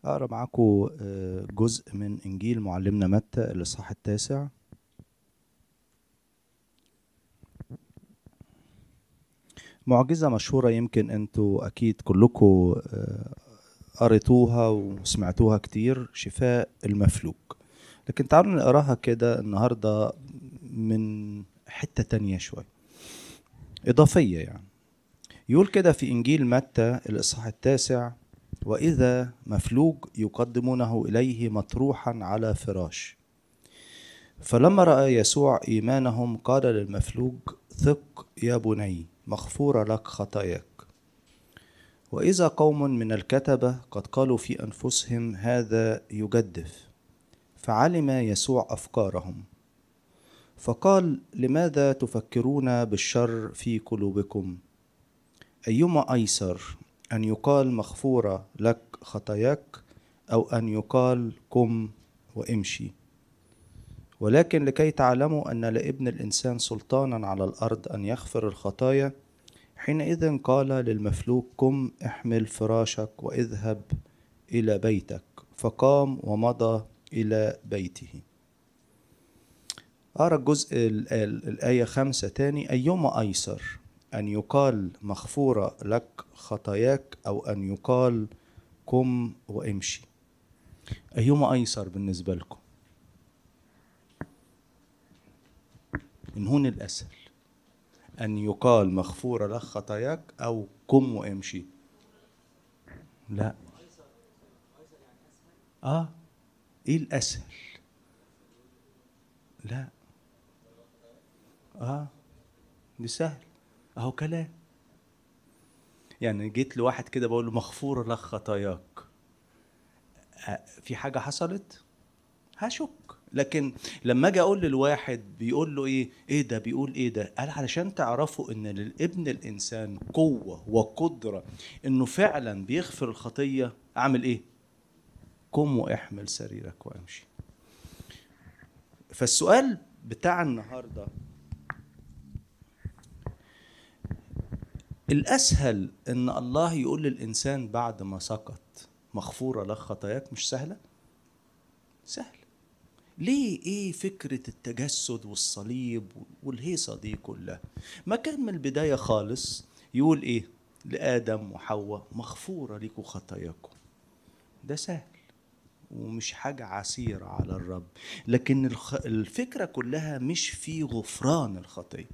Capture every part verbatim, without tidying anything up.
أقرأ معاكم جزء من إنجيل معلمنا متى الإصحاح التاسع. معجزة مشهورة، يمكن أنتوا أكيد كلكم قريتوها وسمعتوها كتير، شفاء المفلوج. لكن تعالوا نقراها كده النهاردة من حتة تانية شوية إضافية. يعني يقول كده في إنجيل متى الإصحاح التاسع: وإذا مفلوج يقدمونه إليه مطروحا على فراش، فلما رأى يسوع إيمانهم قال للمفلوج: ثق يا بني، مغفورة لك خطاياك. وإذا قوم من الكتبة قد قالوا في أنفسهم: هذا يجدف. فعلم يسوع أفكارهم فقال: لماذا تفكرون بالشر في قلوبكم؟ أيما أيسر، أن يقال مغفورة لك خطاياك، أو أن يقال قم وامشي؟ ولكن لكي تعلموا أن لابن الإنسان سلطانا على الأرض أن يغفر الخطايا. حينئذ قال للمفلوج: قم احمل فراشك واذهب إلى بيتك. فقام ومضى إلى بيته. أرى الجزء الآية خمسة تاني: أيما أيسر، أن يقال مغفورة لك خطاياك، أو أن يقال قم وامشي؟ أيما أيسر بالنسبة لكم؟ إن هون الأسهل، أن يقال مغفورة لك خطاياك أو قم وامشي؟ لا. آه إيه الأسهل؟ لا. آه دي سهل، أهو كلام. يعني جيت لواحد كده بقول له مغفورة لك خطاياك، في حاجة حصلت؟ هشك. لكن لما اجي اقول للواحد بيقول له ايه ايه ده بيقول ايه ده، قال علشان تعرفوا ان للابن الانسان قوة وقدرة انه فعلا بيغفر الخطية. اعمل ايه؟ قم واحمل سريرك وامشي. فالسؤال بتاع النهاردة: الاسهل ان الله يقول للانسان بعد ما سقط مغفورة لك خطاياك؟ مش سهلة؟ سهل. ليه؟ ايه فكرة التجسد والصليب والهيصة دي كلها؟ ما كان من البداية خالص يقول ايه لآدم وحواء: مغفورة لكم خطاياكم. ده سهل ومش حاجة عسيرة على الرب. لكن الفكرة كلها مش في غفران الخطية.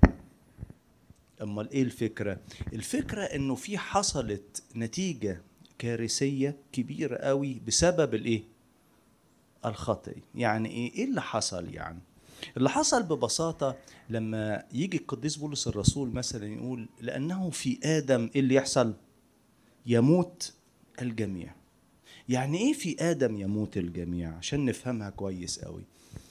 اما ايه الفكرة؟ الفكرة انه في حصلت نتيجة كارثية كبيرة قوي بسبب الايه؟ الخطية. يعني ايه ايه اللي حصل؟ يعني اللي حصل ببساطة لما يجي القديس بولس الرسول مثلا يقول: لأنه في آدم إيه اللي يحصل؟ يموت الجميع. يعني إيه في آدم يموت الجميع؟ عشان نفهمها كويس قوي.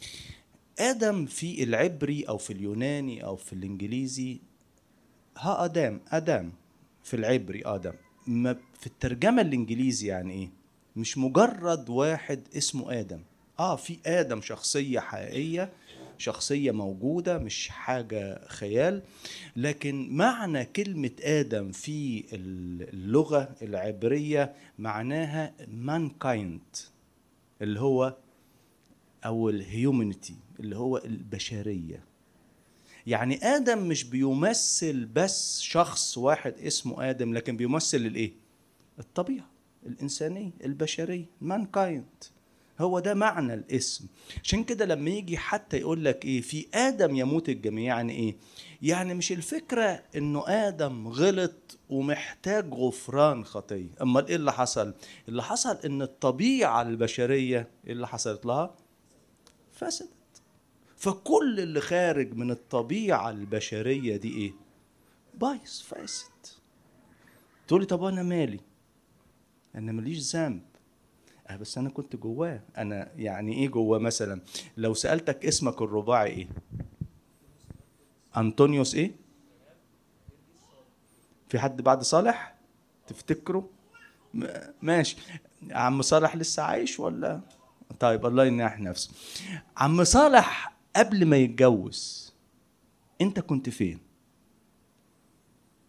آدم في العبري أو في اليوناني أو في الإنجليزي ها آدم آدم في العبري آدم. ما في الترجمة الإنجليزي يعني إيه؟ مش مجرد واحد اسمه آدم. آه في آدم شخصية حقيقية، شخصية موجودة، مش حاجة خيال. لكن معنى كلمة آدم في اللغة العبرية معناها mankind، اللي هو أو الهيومانيتي، اللي هو البشرية. يعني آدم مش بيمثل بس شخص واحد اسمه آدم، لكن بيمثل الإيه؟ الطبيعة الإنسانية البشرية، mankind. هو ده معنى الاسم. عشان كده لما يجي حتى يقول لك ايه في آدم يموت الجميع، يعني ايه؟ يعني مش الفكرة انه آدم غلط ومحتاج غفران خطية. اما ايه اللي حصل؟ اللي حصل ان الطبيعة البشرية إيه اللي حصلت لها؟ فسدت. فكل اللي خارج من الطبيعة البشرية دي ايه؟ بايظ فاسد. تقولي طب انا مالي؟ انا ماليش ذنب. أه بس انا كنت جواه. انا يعني ايه جواه؟ مثلا لو سألتك اسمك الرباعي ايه؟ أنطونيوس ايه؟ في حد بعد صالح تفتكره؟ ماشي. عم صالح لسه عايش ولا؟ طيب الله ينح نفسه. عم صالح قبل ما يتجوز انت كنت فين؟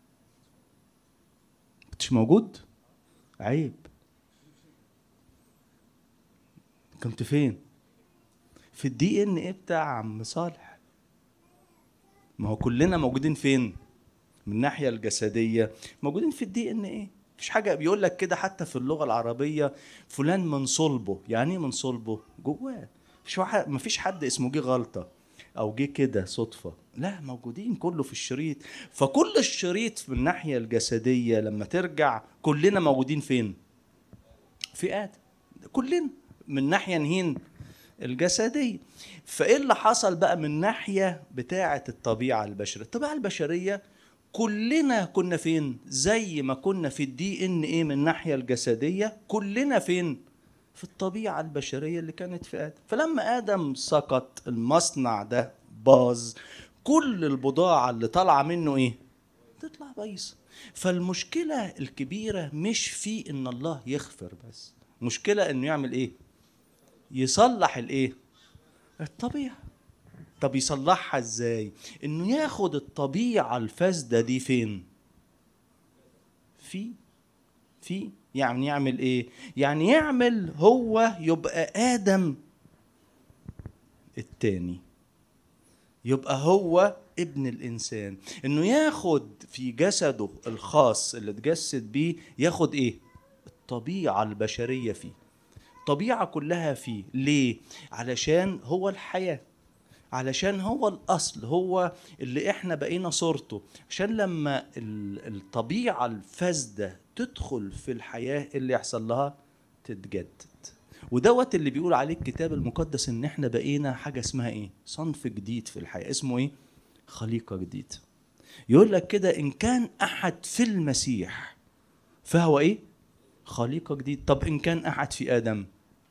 كنتش موجود؟ عيب. كنت فين؟ في الدي ان ايه بتاع عم صالح. ما هو كلنا موجودين فين؟ من الناحية الجسدية موجودين في الدي ان ايه. مفيش حاجة بيقول لك كده حتى في اللغة العربية فلان من صلبه. يعني ايه من صلبه؟ جواه. مفيش واحد، مفيش حد اسمه جه غلطة او جه كده صدفة، لا، موجودين كله في الشريط. فكل الشريط من الناحية الجسدية لما ترجع كلنا موجودين فين؟ في آدم. كلنا من ناحية نهين الجسدية. فإيه اللي حصل بقى من ناحية بتاعة الطبيعة البشرية؟ الطبيعة البشرية كلنا كنا فين؟ زي ما كنا في الدي ان ايه من الناحية الجسدية، كلنا فين؟ في الطبيعة البشرية اللي كانت في آدم. فلما آدم سقط المصنع ده باظ، كل البضاعة اللي طالعة منه ايه؟ تطلع بايظة. فالمشكلة الكبيرة مش في ان الله يغفر بس، مشكلة انه يعمل ايه؟ يصلح الايه؟ الطبيعة. طب يصلحها ازاي؟ انه ياخد الطبيعة الفاسدة دي فين؟ في في يعني يعمل ايه؟ يعني يعمل هو يبقى آدم التاني، يبقى هو ابن الإنسان. انه ياخد في جسده الخاص اللي اتجسد بيه، ياخد ايه؟ الطبيعة البشرية فيه، طبيعة كلها فيه. ليه؟ علشان هو الحياة، علشان هو الأصل، هو اللي احنا بقينا صورته. عشان لما الطبيعة الفاسدة تدخل في الحياة اللي يحصل لها تتجدد. ودوت اللي بيقول عليه الكتاب المقدس ان احنا بقينا حاجة اسمها ايه؟ صنف جديد في الحياة، اسمه ايه؟ خليقة جديد. يقول لك كده ان كان احد في المسيح فهو ايه؟ خليقة جديد. طب ان كان احد في آدم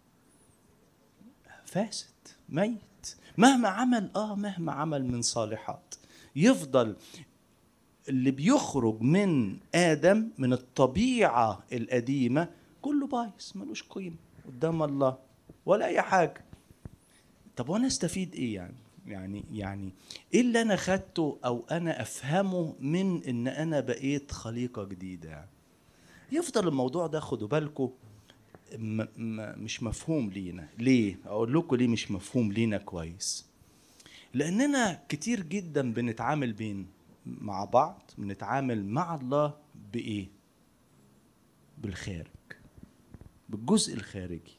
فاسد ميت، مهما عمل اه مهما عمل من صالحات، يفضل اللي بيخرج من آدم من الطبيعة القديمة كله بايظ، ملوش قيمة قدام الله ولا أي حاجة. طب وأنا استفيد إيه يعني؟ يعني يعني إيه اللي أنا خدته أو أنا أفهمه من إن أنا بقيت خليقة جديدة يعني؟ يفضل الموضوع ده، خدوا بالكم، م- م- مش مفهوم لينا. ليه؟ أقول لكم ليه مش مفهوم لينا كويس. لأننا كتير جدا بنتعامل بين مع بعض، بنتعامل مع الله بإيه؟ بالخارج، بالجزء الخارجي،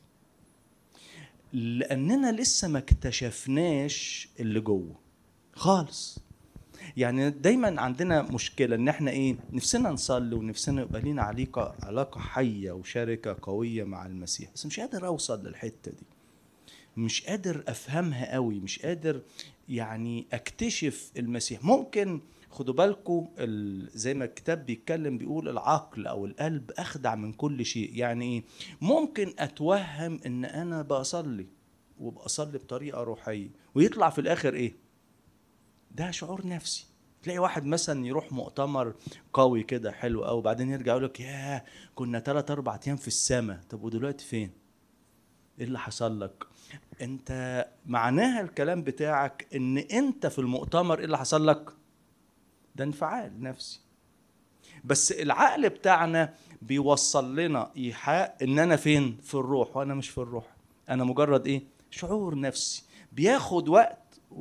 لأننا لسه ما اكتشفناش اللي جوه خالص. يعني دايما عندنا مشكلة ان احنا ايه؟ نفسنا نصلي ونفسنا يبقى لينا علاقة علاقة حية وشركة قوية مع المسيح، بس مش قادر اوصل للحتة دي، مش قادر افهمها قوي، مش قادر يعني اكتشف المسيح. ممكن خدوا بالكم زي ما الكتاب بيتكلم بيقول العقل او القلب اخدع من كل شيء. يعني ايه؟ ممكن اتوهم ان انا بصلي وبصلي بطريقة روحية ويطلع في الاخر ايه؟ ده شعور نفسي. تلاقي واحد مثلا يروح مؤتمر قوي كده حلو قوي، وبعدين يرجع يقول لك ياه كنا ثلاثة أربعة ايام في السماء. طب ودلوقتي فين؟ ايه اللي حصل لك؟ انت معناها الكلام بتاعك ان انت في المؤتمر ايه اللي حصل لك؟ ده انفعال نفسي. بس العقل بتاعنا بيوصل لنا ايحاء ان انا فين؟ في الروح، وانا مش في الروح، انا مجرد ايه؟ شعور نفسي بياخد وقت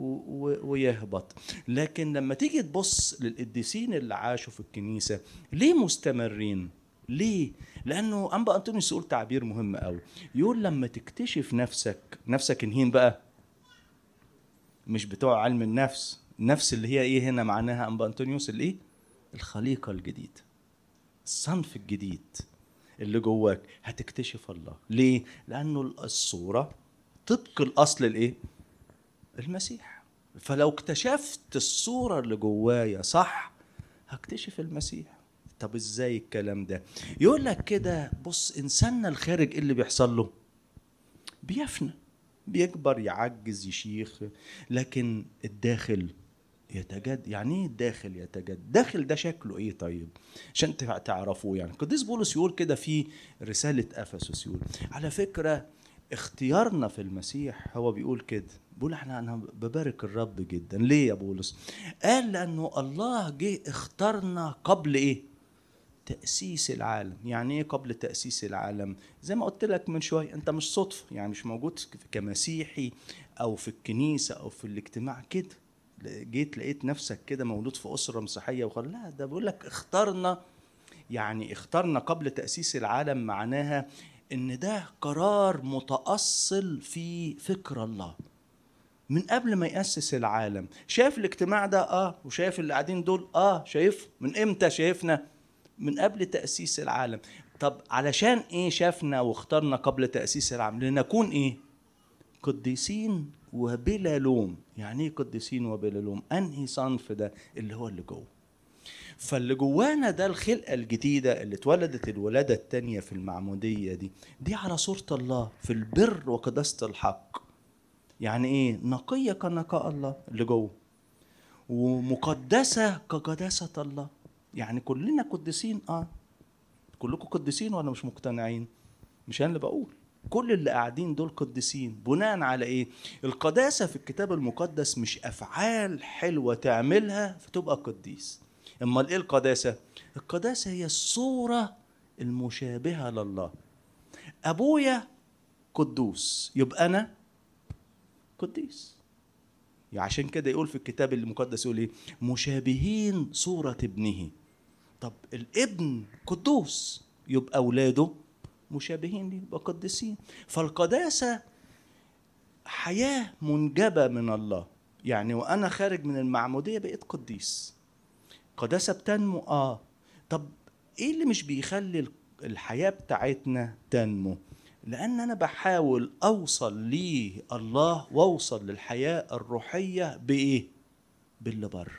ويهبط. لكن لما تيجي تبص للقديسين اللي عاشوا في الكنيسة ليه مستمرين؟ ليه؟ لأنه أنبا أنطونيوس يقول تعبير مهم قوي، يقول لما تكتشف نفسك، نفسك انهين بقى، مش بتوع علم النفس، النفس اللي هي ايه هنا معناها أنبا أنطونيوس الايه؟ الخليقة الجديدة، الصنف الجديد اللي جواك، هتكتشف الله. ليه؟ لأنه الصورة طبق الأصل الايه؟ المسيح. فلو اكتشفت الصورة اللي جوايا صح هكتشف المسيح. طب ازاي الكلام ده؟ يقول لك كده بص، انساننا الخارج اللي بيحصل له بيفنى، بيكبر يعجز يشيخ، لكن الداخل يتجد. يعني ايه الداخل يتجد؟ الداخل ده شكله ايه طيب عشان تعرفوه؟ يعني القديس بولس يقول كده في رسالة افسس، يقول على فكرة اختيارنا في المسيح، هو بيقول كده، بيقول احنا انا ببارك الرب جدا. ليه يا بولس؟ قال لانه الله جه اختارنا قبل ايه؟ تأسيس العالم. يعني ايه قبل تأسيس العالم؟ زي ما قلت لك من شوية، انت مش صدفة، يعني مش موجود كمسيحي او في الكنيسة او في الاجتماع كده جيت لقيت نفسك كده مولود في أسرة مسيحية وخل لا، ده بيقول لك اخترنا. يعني اخترنا قبل تأسيس العالم معناها ان ده قرار متأصل في فكر الله من قبل ما يأسس العالم. شايف الاجتماع ده اه وشايف اللي قاعدين دول اه شايف من امتى؟ شايفنا من قبل تأسيس العالم. طب علشان ايه شافنا واخترنا قبل تأسيس العالم؟ لنكون ايه؟ قديسين وبلا لوم. يعني ايه قديسين وبلا لوم؟ انهي صنف ده؟ اللي هو اللي جوه. فاللي جوانا ده الخلقة الجديدة اللي اتولدت الولادة التانية في المعمودية دي دي على صورة الله في البر وقداسة الحق. يعني ايه؟ نقية كنقاء الله اللي جوه، ومقدسة كقداسة الله. يعني كلنا قديسين. اه كلكم قديسين ولا مش مقتنعين؟ مش انا اللي بقول، كل اللي قاعدين دول قديسين. بناء على ايه؟ القداسة في الكتاب المقدس مش افعال حلوة تعملها فتبقى قديس. اما ايه القداسة؟ القداسة هي الصورة المشابهة لله. ابويا قدوس يبقى انا قديس. يعني عشان كده يقول في الكتاب المقدس يقول ايه؟ مشابهين صورة ابنه. طب الابن قدوس يبقى اولاده مشابهين ليه، يبقى قديسين. فالقداسة حياة منجبة من الله. يعني وانا خارج من المعمودية بقيت قديس. قداسة بتنمو اه. طب ايه اللي مش بيخلي الحياة بتاعتنا تنمو؟ لأن أنا بحاول أوصل ليه الله وأوصل للحياة الروحية بإيه؟ باللي بره.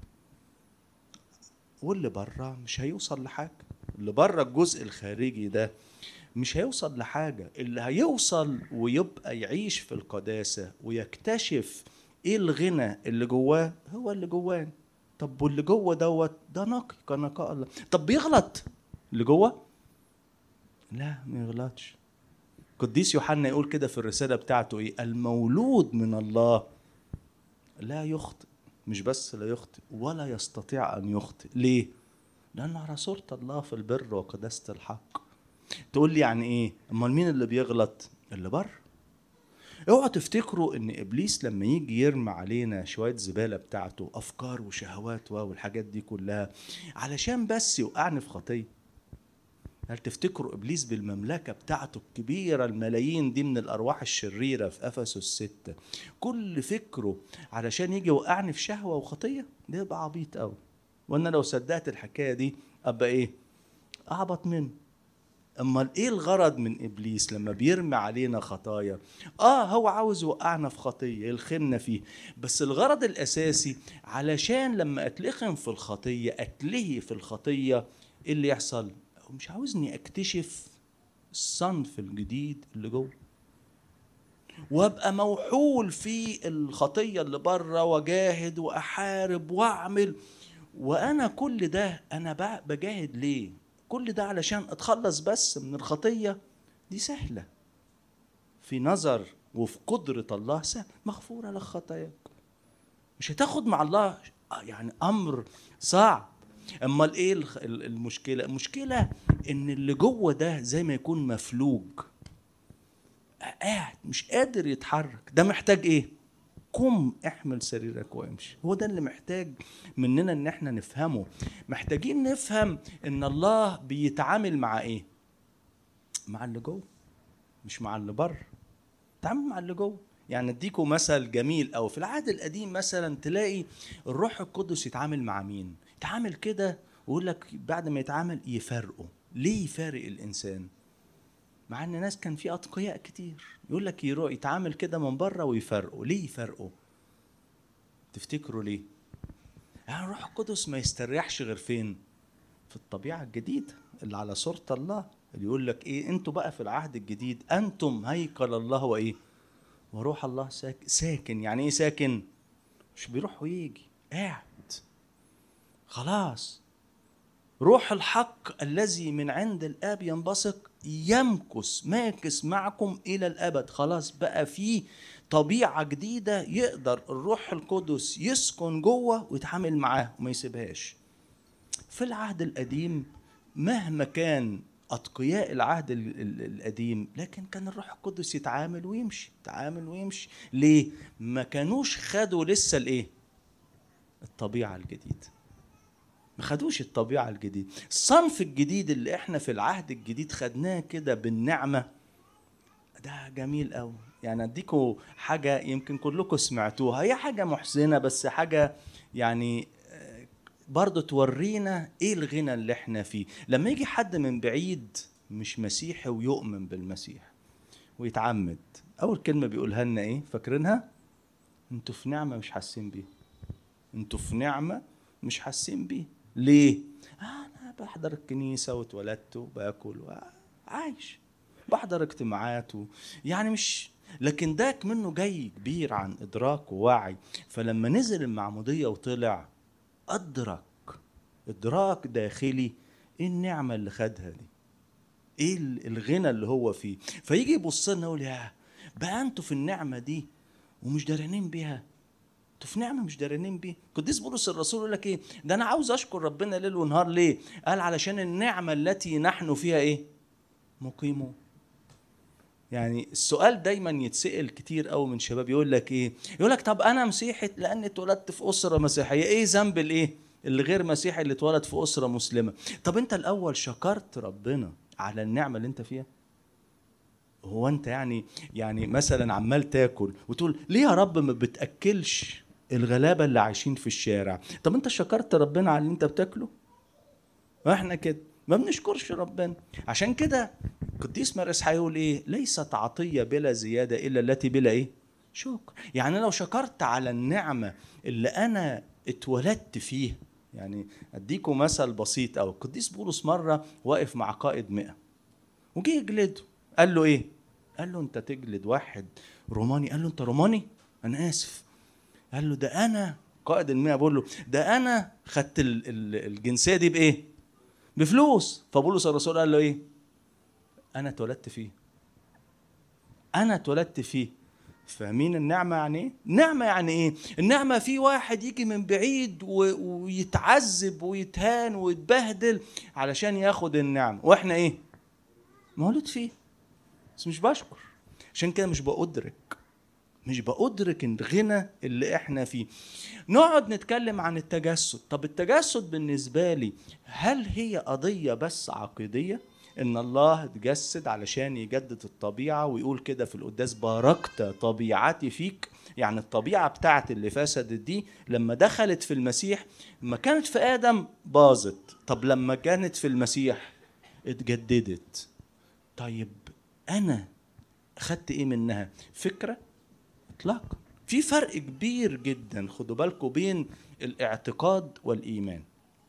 واللي بره مش هيوصل لحاجة. اللي بره الجزء الخارجي ده مش هيوصل لحاجة. اللي هيوصل ويبقى يعيش في القداسة ويكتشف إيه الغنى اللي جواه هو اللي جواه. طب واللي جوه دوت ده نقي كنقاء الله. طب بيغلط اللي جوه؟ لا ما يغلطش. قديس يوحنا يقول كده في الرسالة بتاعته ايه؟ المولود من الله لا يخطئ. مش بس لا يخطئ ولا يستطيع ان يخطئ. ليه؟ لانه على صورة الله في البر وقداسة الحق. تقول لي يعني ايه؟ امال مين اللي بيغلط؟ اللي بر. اوعوا تفتكروا ان ابليس لما يجي يرمي علينا شوية زبالة بتاعته افكار وشهوات والحاجات دي كلها علشان بس يوقعني في خطية. هل تفتكروا إبليس بالمملكة بتاعته الكبيرة الملايين دي من الأرواح الشريرة في أفسس ستة كل فكره علشان يجي وقعني في شهوة وخطية؟ ده يبقى عبيط أوي. وأنا لو صدقت الحكاية دي أبقى إيه؟ أعبط منه. أما إيه الغرض من إبليس لما بيرمي علينا خطايا؟ آه هو عاوز يوقعنا في خطية يلخمنا فيه، بس الغرض الأساسي علشان لما أتلخم في الخطية أتلهي في الخطية إيه اللي يحصل؟ مش عاوزني اكتشف الصنف الجديد اللي جوه وابقى موحول في الخطيه اللي بره واجاهد واحارب واعمل. وانا كل ده انا بجاهد ليه؟ كل ده علشان اتخلص بس من الخطيه دي. سهله في نظر وفي قدره الله، سهل. مغفوره لك خطاياك. مش هتاخد مع الله يعني امر صعب. اما ايه المشكله؟ المشكله ان اللي جوه ده زي ما يكون مفلوج قاعد مش قادر يتحرك. ده محتاج ايه؟ قم احمل سريرك وامشي. هو ده اللي محتاج مننا ان احنا نفهمه. محتاجين نفهم ان الله بيتعامل مع ايه؟ مع اللي جوه مش مع اللي بره. تعامل مع اللي جوه. يعني اديكم مثل جميل. او في العهد القديم مثلا تلاقي الروح القدس يتعامل مع مين؟ يتعامل كده ويقول لك بعد ما يتعامل يفرقه. ليه يفارق الانسان؟ مع ان ناس كان في اتقياء كتير يقول لك يروح يتعامل كده من بره ويفرقه. ليه يفرقه؟ تفتكروا ليه؟ يعني الروح القدس ما يستريحش غير فين؟ في الطبيعه الجديده اللي على صورة الله. اللي يقول لك ايه؟ انتوا بقى في العهد الجديد انتم هيكل الله وايه؟ وروح الله ساكن. ساكن يعني ايه ساكن؟ مش بيروح ويجي، قاعد خلاص. روح الحق الذي من عند الآب ينبثق يمكث ماكث معكم إلى الأبد. خلاص بقى فيه طبيعة جديدة يقدر الروح القدس يسكن جوه ويتعامل معاه وما يسيبهاش. في العهد القديم مهما كان أتقياء العهد القديم، لكن كان الروح القدس يتعامل ويمشي، يتعامل ويمشي. ليه؟ ما كانوش خدوا لسه الايه؟ الطبيعة الجديدة. ما خدوش الطبيعة الجديدة. الصنف الجديد اللي احنا في العهد الجديد خدناه كده بالنعمة، ده جميل قوي. يعني اديكوا حاجة يمكن كلكم سمعتوها، هي حاجة محزنة بس حاجة يعني برضو تورينا ايه الغنى اللي احنا فيه. لما يجي حد من بعيد مش مسيحي ويؤمن بالمسيح ويتعمد، اول كلمة بيقولها لنا ايه؟ فاكرينها؟ انتوا في نعمة مش حاسين بيه. انتوا في نعمة مش حاسين بيه. ليه؟ آه انا بحضر الكنيسة واتولدت وباكل وعايش، بحضر اجتماعات و... يعني مش، لكن داك منه جاي كبير عن ادراك ووعي. فلما نزل المعمودية وطلع أدرك إدراك داخلي إيه النعمة اللي خدها دي، إيه الغنى اللي هو فيه. فيجي يبص لنا يقول يا بقى أنتوا في النعمة دي ومش دارانين بيها، أنتوا في نعمة مش دارانين بيها. قديس بولس الرسول يقول لك إيه؟ ده أنا عاوز أشكر ربنا ليل ونهار. ليه؟ قال علشان النعمة التي نحن فيها إيه؟ مقيمون. يعني السؤال دايما يتسأل كتير قوي من شباب، يقول لك ايه؟ يقول لك طب انا مسيحي لاني اتولدت في اسره مسيحيه، ايه ذنب الايه اللي غير مسيحي اللي اتولد في اسره مسلمه؟ طب انت الاول شكرت ربنا على النعمه اللي انت فيها؟ هو انت يعني يعني مثلا عمال تاكل وتقول ليه يا رب ما بتاكلش الغلابه اللي عايشين في الشارع؟ طب انت شكرت ربنا على اللي انت بتاكله؟ واحنا كده ما بنشكرش ربنا. عشان كده قديس مارس هيقول ايه؟ ليست عطيه بلا زياده الا التي بلا ايه؟ شكر. يعني لو شكرت على النعمه اللي انا اتولدت فيها. يعني اديكم مثل بسيط قوي. قديس بولس مره واقف مع قائد مئة وجي يجلده، قال له ايه؟ قال له انت تجلد واحد روماني؟ قال له انت روماني؟ انا اسف. قال له ده انا قائد المئة بقول له ده انا خدت الجنسيه دي بايه؟ بفلوس. فبولس الرسول قال له ايه؟ انا اتولدت فيه، انا اتولدت فيه. فاهمين النعمه يعني ايه؟ النعمه يعني ايه؟ النعمه في واحد يجي من بعيد ويتعذب ويتهان ويتبهدل علشان ياخد النعمه، واحنا ايه؟ مولود فيه بس مش بشكر. عشان كده مش بأدرك مش بأدرك الغنى اللي احنا فيه. نقعد نتكلم عن التجسد. طب التجسد بالنسبة لي هل هي قضية بس عقيدية؟ ان الله تجسد علشان يجدد الطبيعة ويقول كده في القداس باركت طبيعتي فيك. يعني الطبيعة بتاعت اللي فسدت دي لما دخلت في المسيح، ما كانت في آدم باظت، طب لما كانت في المسيح اتجددت. طيب أنا أخدت إيه منها؟ فكرة؟ اطلاقا. في فرق كبير جدا، خدوا بالكم، بين الاعتقاد والايمان.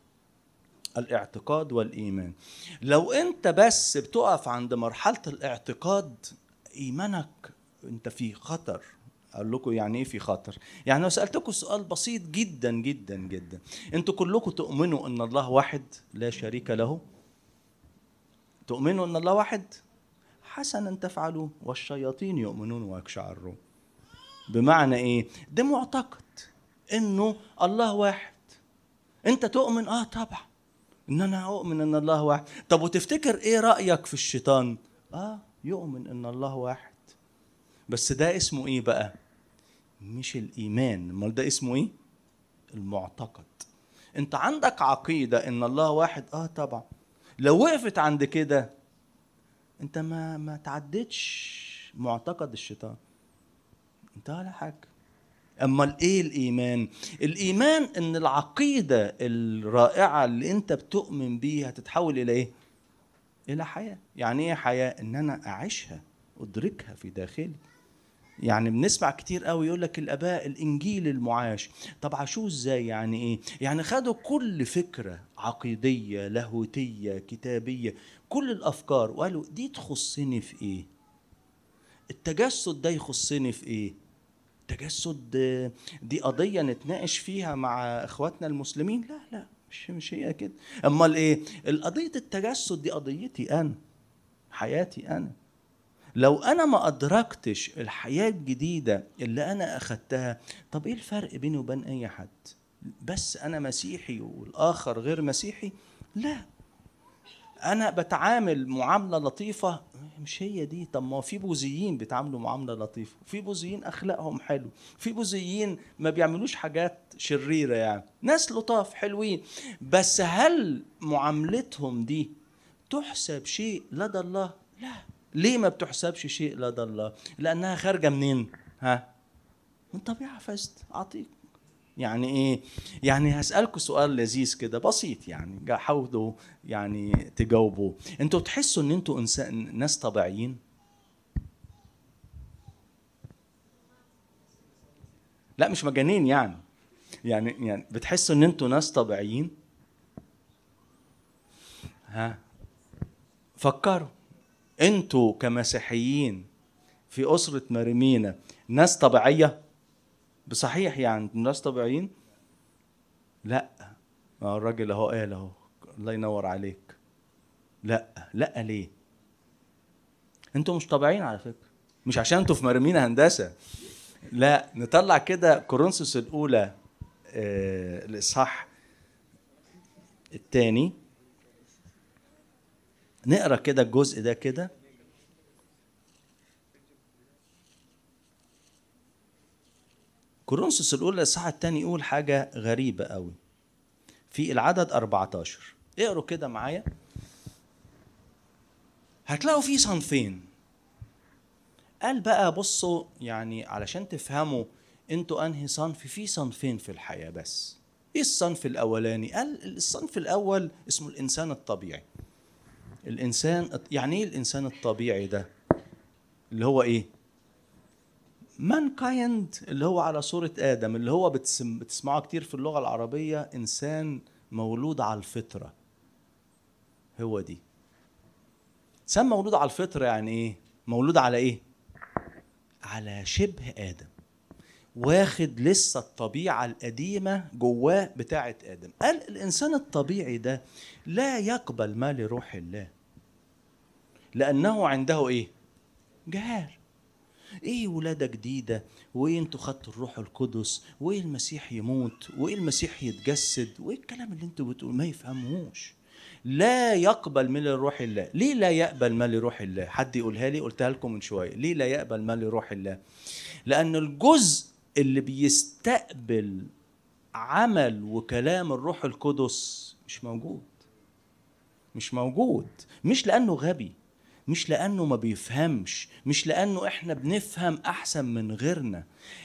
الاعتقاد والايمان، لو انت بس بتقف عند مرحله الاعتقاد، ايمانك انت في خطر. اقول لكم يعني ايه في خطر. يعني لو سالتكم سؤال بسيط جدا جدا جدا، انتوا كلكم تؤمنوا ان الله واحد لا شريك له؟ تؤمنوا ان الله واحد؟ حسنا تفعلون والشياطين يؤمنون ويقشعرون. بمعنى ايه؟ ده معتقد انه الله واحد. انت تؤمن؟ اه طبعا ان انا اؤمن ان الله واحد. طب وتفتكر ايه رأيك في الشيطان؟ اه يؤمن ان الله واحد. بس ده اسمه ايه بقى؟ مش الايمان. امال ده اسمه ايه؟ المعتقد. انت عندك عقيدة ان الله واحد، اه طبعا. لو وقفت عند كده انت ما ما تعدتش معتقد الشيطان، انت ولا حاجة. أما ايه الايمان؟ الايمان ان العقيده الرائعه اللي انت بتؤمن بيها تتحول الى ايه؟ الى حياه. يعني ايه حياه؟ ان انا اعيشها، ادركها في داخلي. يعني بنسمع كتير قوي يقول لك الاباء الانجيل المعاش. طب عاشوه ازاي؟ يعني ايه؟ يعني خدوا كل فكره عقيديه لاهوتيه كتابيه، كل الافكار، وقالوا دي تخصني في ايه؟ التجسد ده يخصني في ايه؟ التجسد دي قضية نتناقش فيها مع اخواتنا المسلمين؟ لا لا، مش مش هي كده. امال ايه؟ القضية التجسد دي قضيتي انا، حياتي انا. لو انا ما ادركتش الحياة الجديدة اللي انا اخدتها، طب ايه الفرق بيني وبين اي حد؟ بس انا مسيحي والاخر غير مسيحي؟ لا، انا بتعامل معامله لطيفه، مش هي دي. طب ما في بوذيين بيتعاملوا معامله لطيفه، في بوذيين اخلاقهم حلو، في بوذيين ما بيعملوش حاجات شريره، يعني ناس لطاف حلوين. بس هل معاملتهم دي تحسب شيء لدى الله؟ لا. ليه ما بتحسبش شيء لدى الله؟ لانها خارجه منين؟ ها؟ من طبيعه فاسده. اعطيك يعني ايه؟ يعني هسألكوا سؤال لذيذ كده بسيط، يعني حاولوا يعني تجاوبوا. انتوا بتحسوا ان انتوا انسان ناس طبيعيين؟ لا مش مجانين يعني. يعني يعني بتحسوا ان انتوا ناس طبيعيين؟ ها؟ فكروا. انتوا كمسيحيين في أسرة مريمينا ناس طبيعية بصحيح؟ يعني ناس طبيعيين؟ لا. الراجل اهو قال اهو، الله ينور عليك. لا لا. ليه؟ انتوا مش طبيعيين على فكرة، مش عشان انتوا في مرمينا هندسة. لا، نطلع كده كورنثوس الأولى آه الإصحاح الثاني، نقرا كده الجزء ده كده. كورنثوس الأولى الإصحاح الثاني يقول حاجة غريبة قوي في العدد أربعة عشر. اقروا كده معايا، هتلاقوا في صنفين. قال بقى بصوا يعني علشان تفهموا انتوا انهي صنف، في صنفين في الحياة. بس ايه الصنف الاولاني؟ قال الصنف الاول اسمه الانسان الطبيعي. الانسان يعني ايه الانسان الطبيعي ده؟ اللي هو ايه؟ mankind، اللي هو على صورة آدم، اللي هو بتسم... بتسمعه كتير في اللغة العربية، إنسان مولود على الفطرة. هو دي إنسان مولود على الفطرة. يعني إيه مولود على إيه؟ على شبه آدم، واخد لسه الطبيعة القديمة جواه بتاعة آدم. قال الإنسان الطبيعي ده لا يقبل ما لروح الله، لأنه عنده إيه؟ جهال. ايه ولادة جديدة، وايه انتوا خدتوا الروح القدس، وايه المسيح يموت، وايه المسيح يتجسد، وايه الكلام اللي انتوا بتقول؟ ما يفهموش. لا يقبل من روح الله. ليه لا يقبل ما لروح الله؟ حد يقولها لي، قلتها لكم من شوية. ليه لا يقبل ما لروح الله؟ لأن الجزء اللي بيستقبل عمل وكلام الروح القدس مش موجود. مش موجود. مش لأنه غبي، مش لأنه ما بيفهمش، مش لأنه إحنا بنفهم أحسن من غيرنا.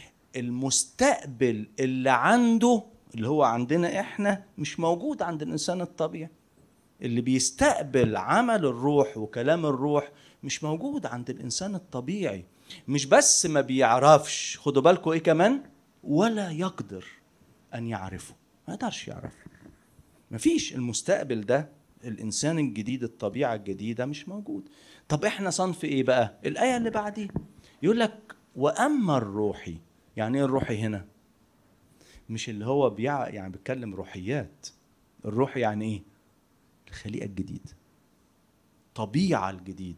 المستقبل اللي عنده، اللي هو عندنا إحنا، مش موجود عند الإنسان الطبيعي. اللي بيستقبل عمل الروح وكلام الروح مش موجود عند الإنسان الطبيعي. مش بس ما بيعرفش، خدوا بالكم إيه كمان، ولا يقدر أن يعرفه. ما يقدرش يعرف. مفيش المستقبل ده. الإنسان الجديد، الطبيعة الجديدة مش موجود. طب إحنا صنف إيه بقى؟ الآية اللي بعديه يقول لك وأما الروحي. يعني إيه الروحي هنا؟ مش اللي هو بيع يعني بيتكلم روحيات. الروحي يعني إيه؟ الخليقة الجديدة، طبيعة الجديد،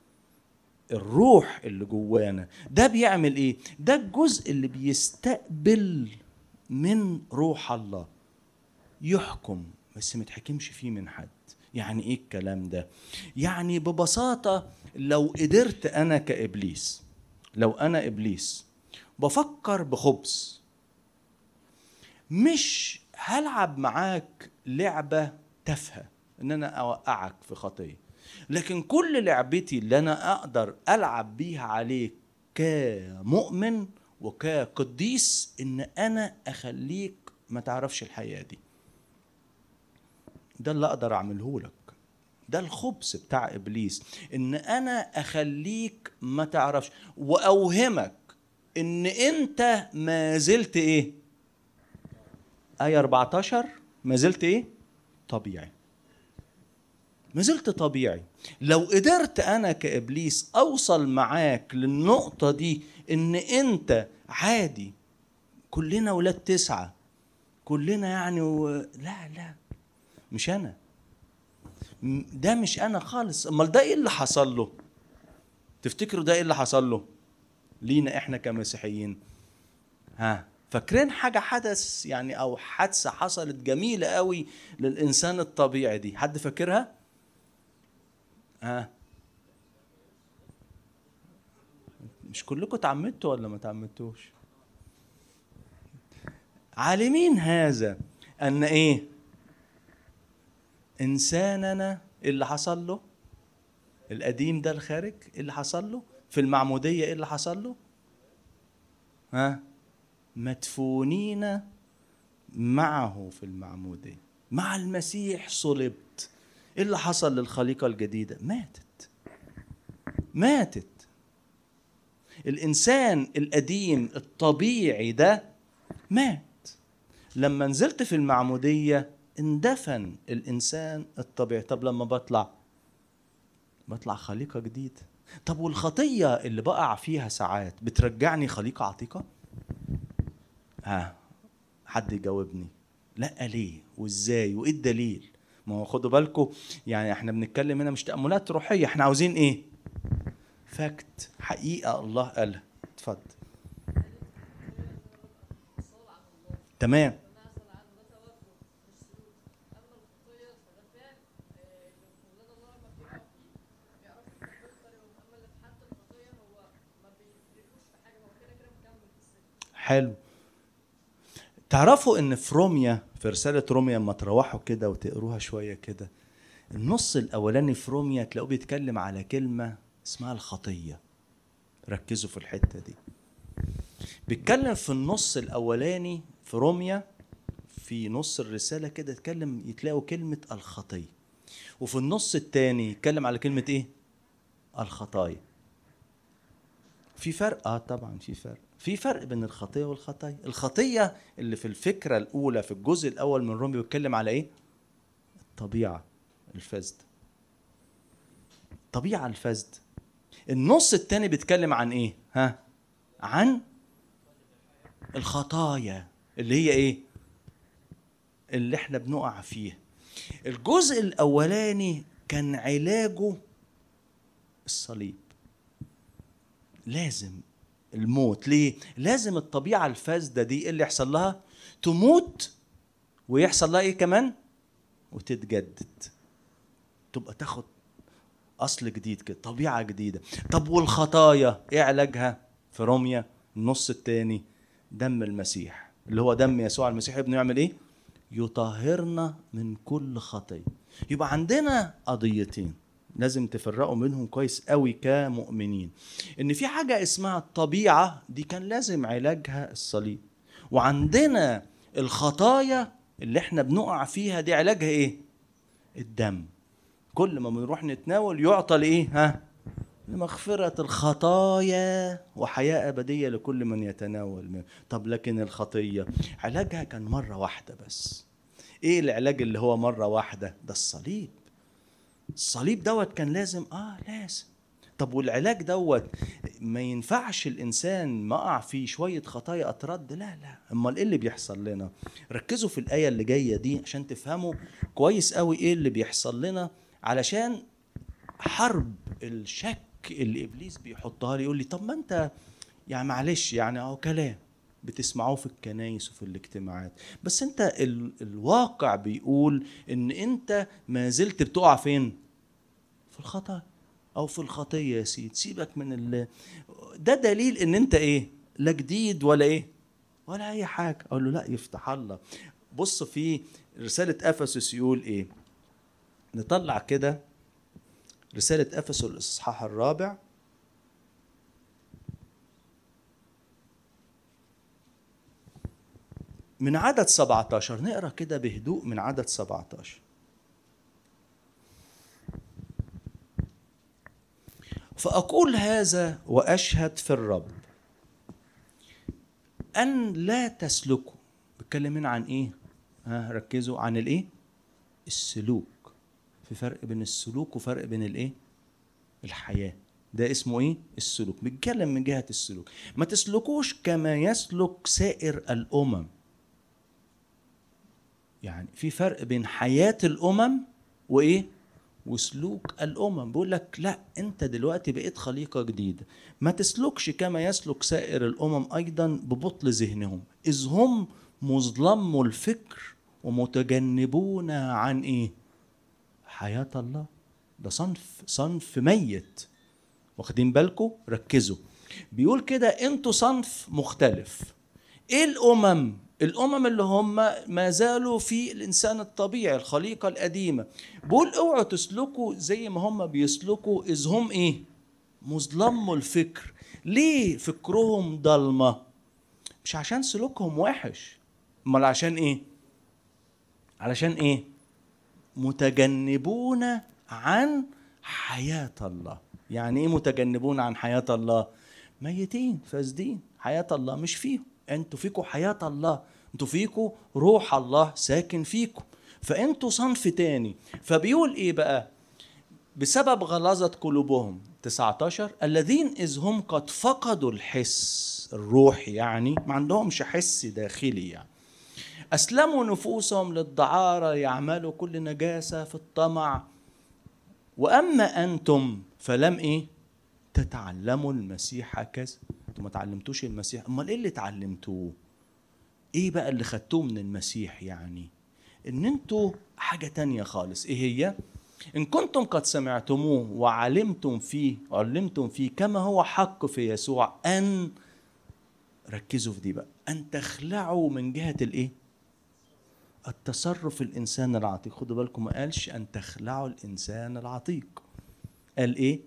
الروح اللي جوانا. ده بيعمل إيه؟ ده الجزء اللي بيستقبل من روح الله، يحكم بس ما تحكمش فيه من حد. يعني ايه الكلام ده؟ يعني ببساطة لو قدرت انا كإبليس، لو انا إبليس بفكر بخبز، مش هلعب معاك لعبة تافهة ان انا اوقعك في خطية، لكن كل لعبتي اللي انا اقدر العب بيها عليك كمؤمن وكقديس ان انا اخليك ما تعرفش الحياة دي. ده اللي اقدر اعمله لك. ده الخبز بتاع ابليس، ان انا اخليك ما تعرفش واوهمك ان انت ما زلت ايه؟ آية أربعة عشر، ما زلت ايه؟ طبيعي. ما زلت طبيعي. لو قدرت انا كابليس اوصل معاك للنقطة دي ان انت عادي، كلنا ولاد تسعة، كلنا يعني و... لا لا مش انا، ده مش انا خالص. امال ده ايه اللي حصل له؟ تفتكروا ده ايه اللي حصل له لينا احنا كمسيحيين؟ ها، فاكرين حاجه حدث يعني او حادثه حصلت جميله قوي للانسان الطبيعي دي؟ حد فاكرها؟ ها مش كلكم تعمدتوا ولا ما تعمدتوش؟ عالمين هذا ان ايه؟ انساننا اللي حصل له القديم ده الخارج، اللي حصل له في المعمودية، ايه اللي حصل له؟ ها مدفونين معه في المعمودية، مع المسيح صلبت. ايه اللي حصل للخليقة الجديدة؟ ماتت ماتت الإنسان القديم الطبيعي ده مات. لما نزلت في المعمودية اندفن الإنسان الطبيعي. طب لما بطلع بطلع خليقة جديدة. طب والخطية اللي بقع فيها ساعات بترجعني خليقة عتيقة؟ ها حد يجاوبني؟ لا. ليه وازاي وايه الدليل؟ ما هو خدوا بالكم، يعني احنا بنتكلم هنا مش تأملات روحية، احنا عاوزين ايه؟ فاكت، حقيقة الله قالها. اتفضل. تمام. حلو. تعرفوا ان في روميا، في رسالة روميا لما تروحوا كده وتقروها شوية كده، النص الاولاني في روميا تلاقوه بيتكلم على كلمة اسمها الخطية. ركزوا في الحتة دي. بيتكلم في النص الاولاني في روميا، في نص الرسالة كده يتكلم يتلاقوا كلمة الخطية، وفي النص التاني يتكلم على كلمة ايه؟ الخطايا. في فرق؟ اه طبعا في فرق. في فرق بين الخطية والخطايا. الخطية اللي في الفكرة الأولى في الجزء الأول من روميا بيتكلم على إيه؟ الطبيعة الفاسدة. الطبيعة الفاسدة. النص التاني بيتكلم عن إيه؟ ها؟ عن الخطايا اللي هي إيه؟ اللي إحنا بنقع فيها. الجزء الأولاني كان علاجه الصليب. لازم الموت. ليه؟ لازم الطبيعة الفاسدة دي اللي يحصل لها تموت، ويحصل لها ايه كمان؟ وتتجدد، تبقى تاخد اصل جديد كده، طبيعة جديدة. طب والخطايا ايه علاجها؟ في روميا النص التاني دم المسيح اللي هو دم يسوع المسيح ابنه يعمل ايه؟ يطهرنا من كل خطية. يبقى عندنا قضيتين لازم تفرقوا منهم كويس قوي كمؤمنين. ان في حاجة اسمها الطبيعة دي كان لازم علاجها الصليب، وعندنا الخطايا اللي احنا بنقع فيها دي علاجها ايه؟ الدم. كل ما بنروح نتناول يعطى لايه؟ ها؟ لمغفرة الخطايا وحياة أبدية لكل من يتناول منه. طب لكن الخطية علاجها كان مرة واحدة بس. ايه العلاج اللي هو مرة واحدة؟ ده الصليب. الصليب دوت كان لازم اه لازم. طب والعلاج دوت ما ينفعش الانسان مقع فيه شويه خطايا اترد؟ لا لا. امال ايه اللي بيحصل لنا؟ ركزوا في الايه اللي جايه دي عشان تفهموا كويس قوي ايه اللي بيحصل لنا، علشان حرب الشك اللي ابليس بيحطها لي. يقول لي طب ما انت يعني معلش يعني اهو كلام بتسمعوه في الكنايس وفي الاجتماعات، بس انت ال... الواقع بيقول ان انت ما زلت بتقع فين؟ في الخطأ او في الخطية يا سيد. سيبك من ال... ده دليل ان انت ايه؟ لا جديد ولا ايه ولا اي حاجة. اقول له لا يفتح الله. بص في رسالة افسس يقول ايه؟ نطلع كده رسالة افسس الاصحاح الرابع من عدد سبعة عشر. نقرأ كده بهدوء من عدد سبعة عشر. فأقول هذا وأشهد في الرب أن لا تسلكوا. بتكلمين عن إيه؟ ها ركزوا عن الإيه؟ السلوك. في فرق بين السلوك وفرق بين الإيه؟ الحياة. ده اسمه إيه؟ السلوك. بيتكلم من جهة السلوك. ما تسلكوش كما يسلك سائر الأمم. يعني في فرق بين حياة الأمم وإيه؟ وسلوك الأمم. بيقول لك لا، أنت دلوقتي بقيت خليقة جديدة. ما تسلكش كما يسلك سائر الأمم أيضا ببطل ذهنهم، إذ هم مظلم الفكر ومتجنبون عن إيه؟ حياة الله. ده صنف صنف ميت. واخدين بالكم؟ ركزوا. بيقول كده انتوا صنف مختلف. ايه الامم؟ الامم اللي هم ما زالوا في الانسان الطبيعي، الخليقه القديمه. بيقول اوعوا تسلكوا زي ما هم بيسلكوا، اذ هم ايه؟ مظلم الفكر. ليه فكرهم ضلمه؟ مش عشان سلوكهم وحش، امال عشان ايه؟ علشان ايه؟ متجنبون عن حياه الله. يعني ايه متجنبون عن حياه الله؟ ميتين فاسدين، حياه الله مش فيهم. انتوا فيكم حياه الله، انتوا فيكم روح الله ساكن فيكم، فانتوا صنف تاني. فبيقول ايه بقى؟ بسبب غلاظة قلوبهم تسعة عشر الذين إذ هم قد فقدوا الحس الروحي، يعني ما عندهمش حس داخلي، يعني أسلموا نفوسهم للدعارة يعملوا كل نجاسة في الطمع. وأما أنتم فلم إيه؟ تتعلموا المسيح هكذا. أنتم ما تعلمتوش المسيح، أمال إيه اللي تعلمتوه؟ إيه بقى اللي خدتوه من المسيح؟ يعني إن أنتوا حاجة تانية خالص. إيه هي؟ إن كنتم قد سمعتموه وعلمتم فيه علمتم فيه كما هو حق في يسوع، أن ركزوا في دي بقى، أن تخلعوا من جهة الإيه؟ التصرف الإنسان العتيق. خدوا بالكم ما قالش أن تخلعوا الإنسان العتيق، قال إيه؟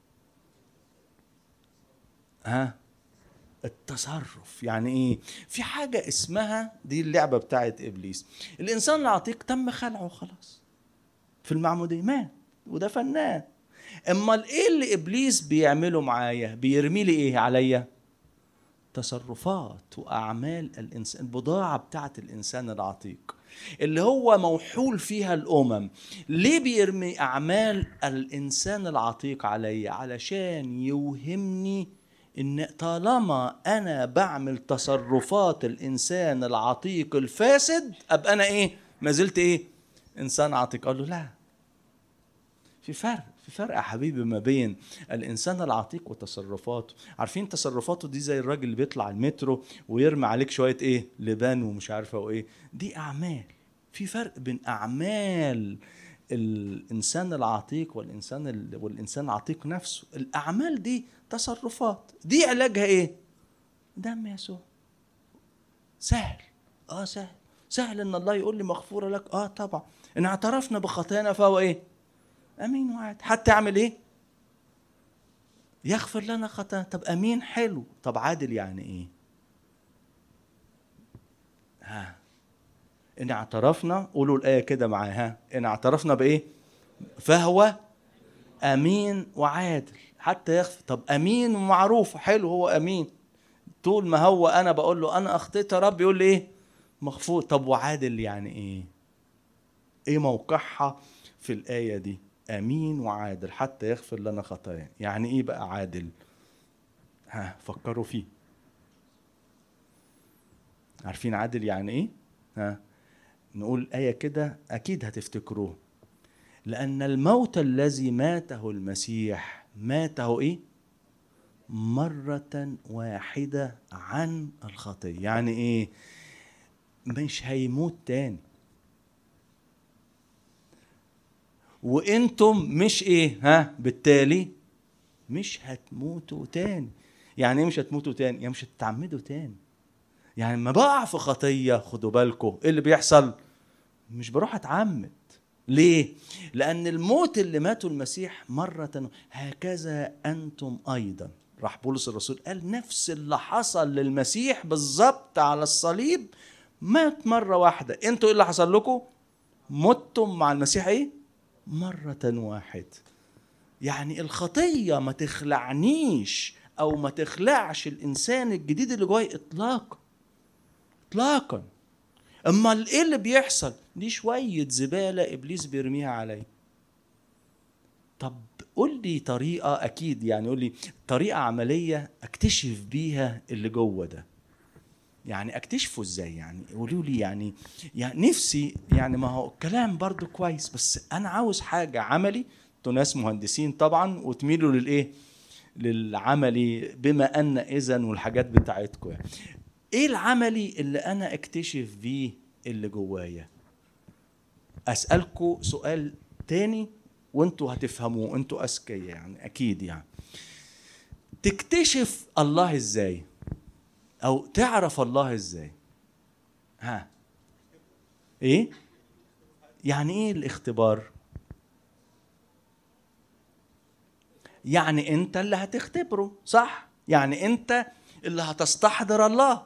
ها؟ التصرف. يعني إيه؟ في حاجة اسمها دي اللعبة بتاعت إبليس. الإنسان العتيق تم خلعه خلاص في المعمودية، مات وده فنان. امال ايه اللي ابليس بيعمله معايا؟ بيرمي لي ايه عليا؟ تصرفات واعمال الانسان، البضاعه بتاعت الانسان العتيق اللي هو موحول فيها الامم. ليه بيرمي اعمال الانسان العتيق عليا؟ علشان يوهمني ان طالما انا بعمل تصرفات الانسان العتيق الفاسد ابقى انا ايه؟ ما زلت ايه؟ انسان عتيق. قال له لا، في فرق، في فرق يا حبيبي ما بين الانسان العتيق وتصرفاته. عارفين تصرفاته دي زي الراجل اللي بيطلع المترو ويرمي عليك شويه ايه؟ لبان ومش عارفه وايه. دي اعمال. في فرق بين اعمال الانسان العتيق والانسان ال... والانسان العتيق نفسه. الاعمال دي تصرفات، دي علاجها ايه؟ دم يسوع. سهل، اه سهل. سهل ان الله يقول لي مغفوره لك، اه طبعا. ان اعترفنا بخطايانا فهو ايه؟ امين وعاد. حتى اعمل ايه؟ يغفر لنا خطايانا. طب امين حلو، طب عادل يعني ايه؟ ها، ان اعترفنا، قولوا الايه كده معاها، ان اعترفنا بايه؟ فهو امين وعادل حتى يغفر. طب امين ومعروف حلو، هو امين طول ما هو انا بقول له انا اخطيت يا رب، يقول لي ايه؟ مغفور. طب وعادل يعني ايه؟ ايه موقعها في الايه دي؟ امين وعادل حتى يغفر لنا خطايانا. يعني ايه بقى عادل؟ ها، فكروا فيه. عارفين عادل يعني ايه؟ ها، نقول آية كده أكيد هتفتكروه. لأن الموت الذي ماته المسيح ماته إيه؟ مرة واحدة عن الخطية. يعني إيه؟ مش هيموت تاني. وإنتم مش إيه؟ ها، بالتالي مش هتموتوا تاني. يعني إيه مش هتموتوا تاني؟ يعني مش هتتعمدوا تاني. يعني لما بقع في خطية، خدوا بالكم إيه اللي بيحصل؟ مش بروح أتعمد. ليه؟ لأن الموت اللي ماته المسيح مرة هكذا أنتم أيضا. راح بولس الرسول قال نفس اللي حصل للمسيح بالظبط على الصليب، مات مرة واحدة. أنتوا إيه اللي حصل لكم؟ متم مع المسيح إيه؟ مرة واحدة. يعني الخطية ما تخلعنيش أو ما تخلعش الإنسان الجديد اللي جواي إطلاقا إطلاقا. أما إيه اللي بيحصل؟ دي شوية زبالة إبليس بيرميها علي. طب قول لي طريقة، أكيد يعني قول لي طريقة عملية أكتشف بيها اللي جوه ده. يعني أكتشفه إزاي؟ يعني قولوا لي. يعني يعني نفسي، يعني ما هو الكلام برضو كويس، بس أنا عاوز حاجة عملي. انتوا ناس مهندسين طبعا وتميلوا للإيه؟ للعملي، بما أن إذن والحاجات بتاعتكم. يعني إيه العملي اللي أنا أكتشف بيه اللي جوايا؟ أسألكوا سؤال تاني وانتوا هتفهموه، انتوا اذكياء يعني اكيد. يعني تكتشف الله ازاي او تعرف الله ازاي؟ ها ايه يعني ايه الاختبار؟ يعني انت اللي هتختبره، صح؟ يعني انت اللي هتستحضر الله.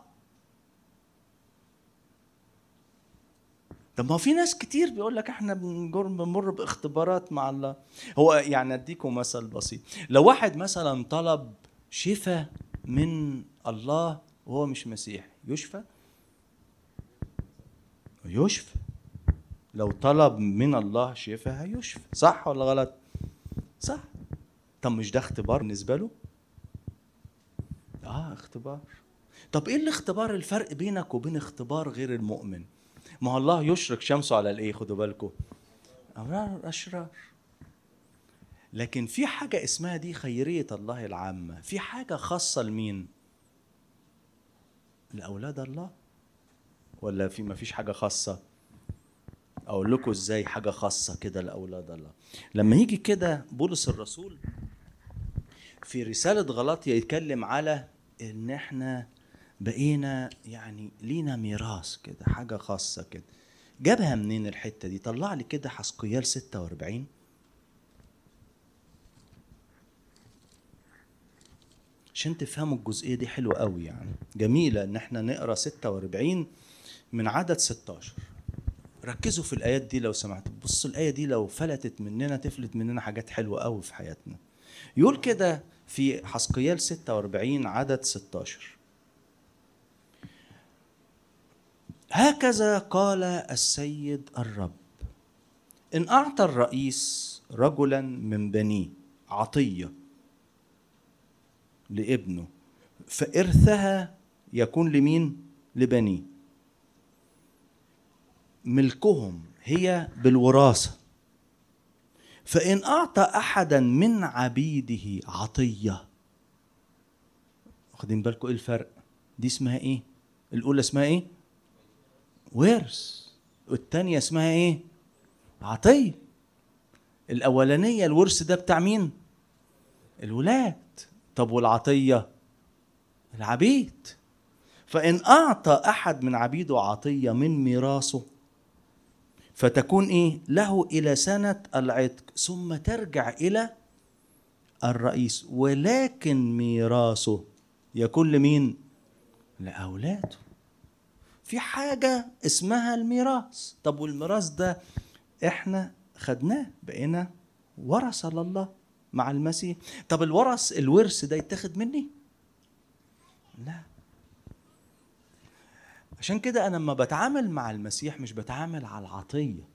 طب ما في ناس كتير بيقول لك احنا بنمر باختبارات مع الله. هو يعني اديكم مثل بسيط، لو واحد مثلا طلب شفاء من الله وهو مش مسيحي، يشفى؟ يشفى. لو طلب من الله شفاء هيشفى، صح ولا غلط؟ صح. طب مش ده اختبار بالنسبة له؟ اه اختبار. طب ايه الاختبار؟ الفرق بينك وبين اختبار غير المؤمن؟ ما هو الله يشرق شمسه على الايه، خدوا بالكم، أبرار الأشرار. لكن في حاجة اسمها دي خيرية الله العامة، في حاجة خاصة لمين؟ لأولاد الله. ولا في ما فيش حاجة خاصة؟ أقول لكم إزاي حاجة خاصة كده لأولاد الله. لما يجي كده بولس الرسول في رسالة غلاطيا يتكلم على إن إحنا بقينا يعني لينا ميراث كده، حاجة خاصة كده. جابها منين الحتة دي؟ طلع لي كده حسقيال ستة وأربعين عشان تفهموا الجزئية دي. حلوة قوي يعني، جميلة ان احنا نقرأ ستة وأربعين من عدد ستة عشر. ركزوا في الآيات دي لو سمحتوا. بصوا الآية دي لو فلتت مننا تفلت مننا حاجات حلوة قوي في حياتنا. يقول كده في حسقيال ستة وأربعين عدد ستة عشر: هكذا قال السيد الرب، إن أعطى الرئيس رجلا من بنيه عطية لابنه، فإرثها يكون لمين؟ لبنيه. ملكهم هي بالوراثة. فإن أعطى أحدا من عبيده عطية، واخدين بالكم إيه الفرق؟ دي اسمها إيه؟ الأولى اسمها إيه؟ ورث، والتانية اسمها إيه؟ عطية. الأولانية الورث ده بتاع مين؟ الولاد. طب والعطية؟ العبيد. فإن أعطى أحد من عبيده عطية من ميراثه، فتكون إيه؟ له إلى سنة العتق، ثم ترجع إلى الرئيس، ولكن ميراثه يكون لمين؟ لأولاده. في حاجة اسمها الميراث. طب والميراث ده إحنا خدناه، بقينا ورثة لله مع المسيح. طب الورث الورث ده يتاخد مني؟ لا. عشان كده أنا لما بتعامل مع المسيح مش بتعامل على العطية،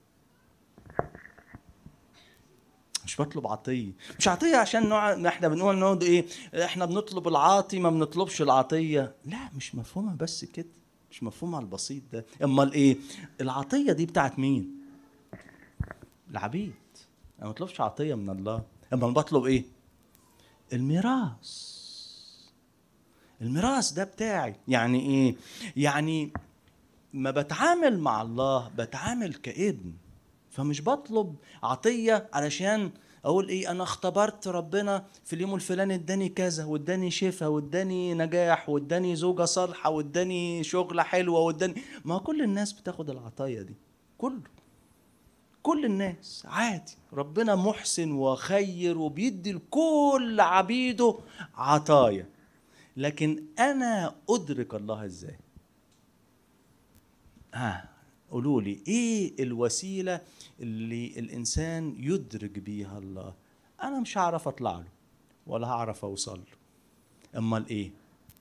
مش بطلب عطية. مش عطية عشان نوع احنا بنقول نقعد ايه، احنا بنطلب العاطي ما بنطلبش العطية. لا، مش مفهومة بس كده، مش مفهومة البسيط ده. امال ايه العطية دي؟ بتاعت مين؟ العبيد. انا ما بطلبش عطية من الله، اما بطلب ايه؟ الميراث. الميراث ده بتاعي. يعني ايه؟ يعني ما بتعامل مع الله بتعامل كابن، فمش بطلب عطية علشان اقول ايه، انا اختبرت ربنا في اليوم الفلاني اداني كذا واداني شفاء واداني نجاح واداني زوجة صالحة واداني شغلة حلوة واداني. ما كل الناس بتاخد العطية دي، كله كل الناس عادي. ربنا محسن وخير وبيدي لكل عبيده عطايا. لكن انا ادرك الله ازاي؟ ها قولوا لي ايه الوسيله اللي الانسان يدرك بيها الله؟ انا مش هعرف اطلع له ولا هعرف اوصل له. امال ايه؟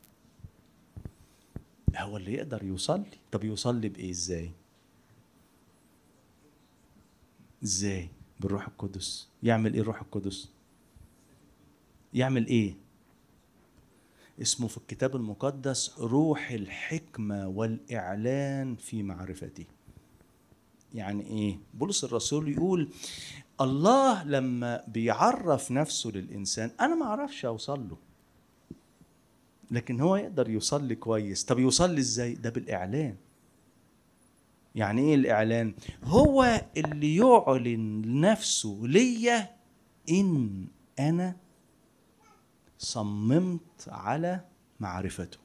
هو اللي يقدر يوصل لي. طب يوصل لي بايه؟ ازاي؟ ازاي؟ بالروح القدس. يعمل ايه الروح القدس؟ يعمل ايه؟ اسمه في الكتاب المقدس روح الحكمة والإعلان في معرفته. يعني ايه؟ بولس الرسول يقول الله لما بيعرف نفسه للإنسان أنا ما أعرفش أوصل له، لكن هو يقدر يوصل لي كويس. طب يوصل لي إزاي؟ ده بالإعلان. يعني ايه الاعلان؟ هو اللي يعلن نفسه ليا ان انا صممت على معرفته.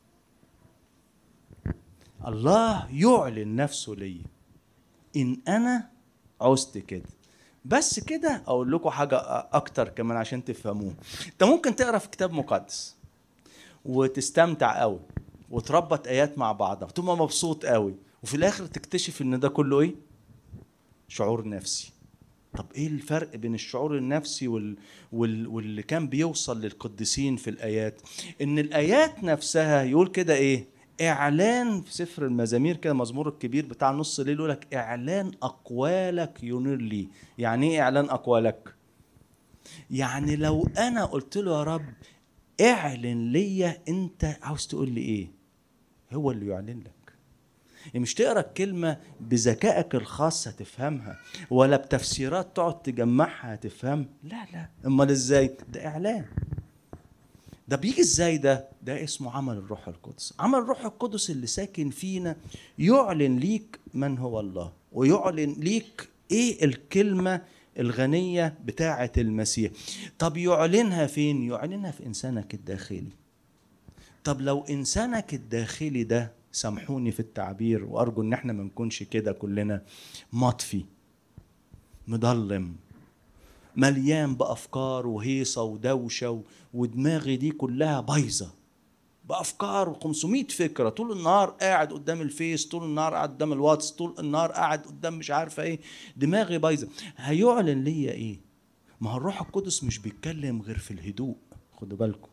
الله يعلن نفسه ليا ان انا عوزت كده. بس كده اقول لكم حاجه اكتر كمان عشان تفهموه. انت ممكن تقرا في كتاب مقدس وتستمتع قوي وتربط ايات مع بعضها وتبقى مبسوط قوي، وفي الاخر تكتشف ان ده كله ايه؟ شعور نفسي. طب ايه الفرق بين الشعور النفسي وال... وال... واللي كان بيوصل للقديسين في الايات؟ ان الايات نفسها يقول كده ايه؟ اعلان في سفر المزامير كده، مزمور الكبير بتاع نص الليل يقول لك اعلان اقوالك ينير لي. يعني ايه اعلان اقوالك؟ يعني لو انا قلت له يا رب اعلن ليا انت عاوز تقول لي ايه، هو اللي يعلن لك. يعني مش تقرا الكلمه بذكائك الخاص هتفهمها، ولا بتفسيرات تقعد تجمعها هتفهم، لا لا. امال ازاي؟ ده اعلان. ده بيجي ازاي؟ ده ده اسمه عمل الروح القدس. عمل الروح القدس اللي ساكن فينا يعلن ليك من هو الله، ويعلن ليك ايه الكلمه الغنيه بتاعه المسيح. طب يعلنها فين؟ يعلنها في انسانك الداخلي. طب لو انسانك الداخلي ده، سامحوني في التعبير وارجو ان احنا ما نكونش كده كلنا، مطفي مضلم مليان بافكار وهيصه ودوشه، ودماغي دي كلها بايظه بافكار وخمسمائة فكره، طول النهار قاعد قدام الفيس، طول النهار قاعد قدام الواتس، طول النهار قاعد قدام مش عارفه ايه، دماغي بايظه، هيعلن ليا ايه؟ ما هو الروح القدس مش بيتكلم غير في الهدوء. خدوا بالكم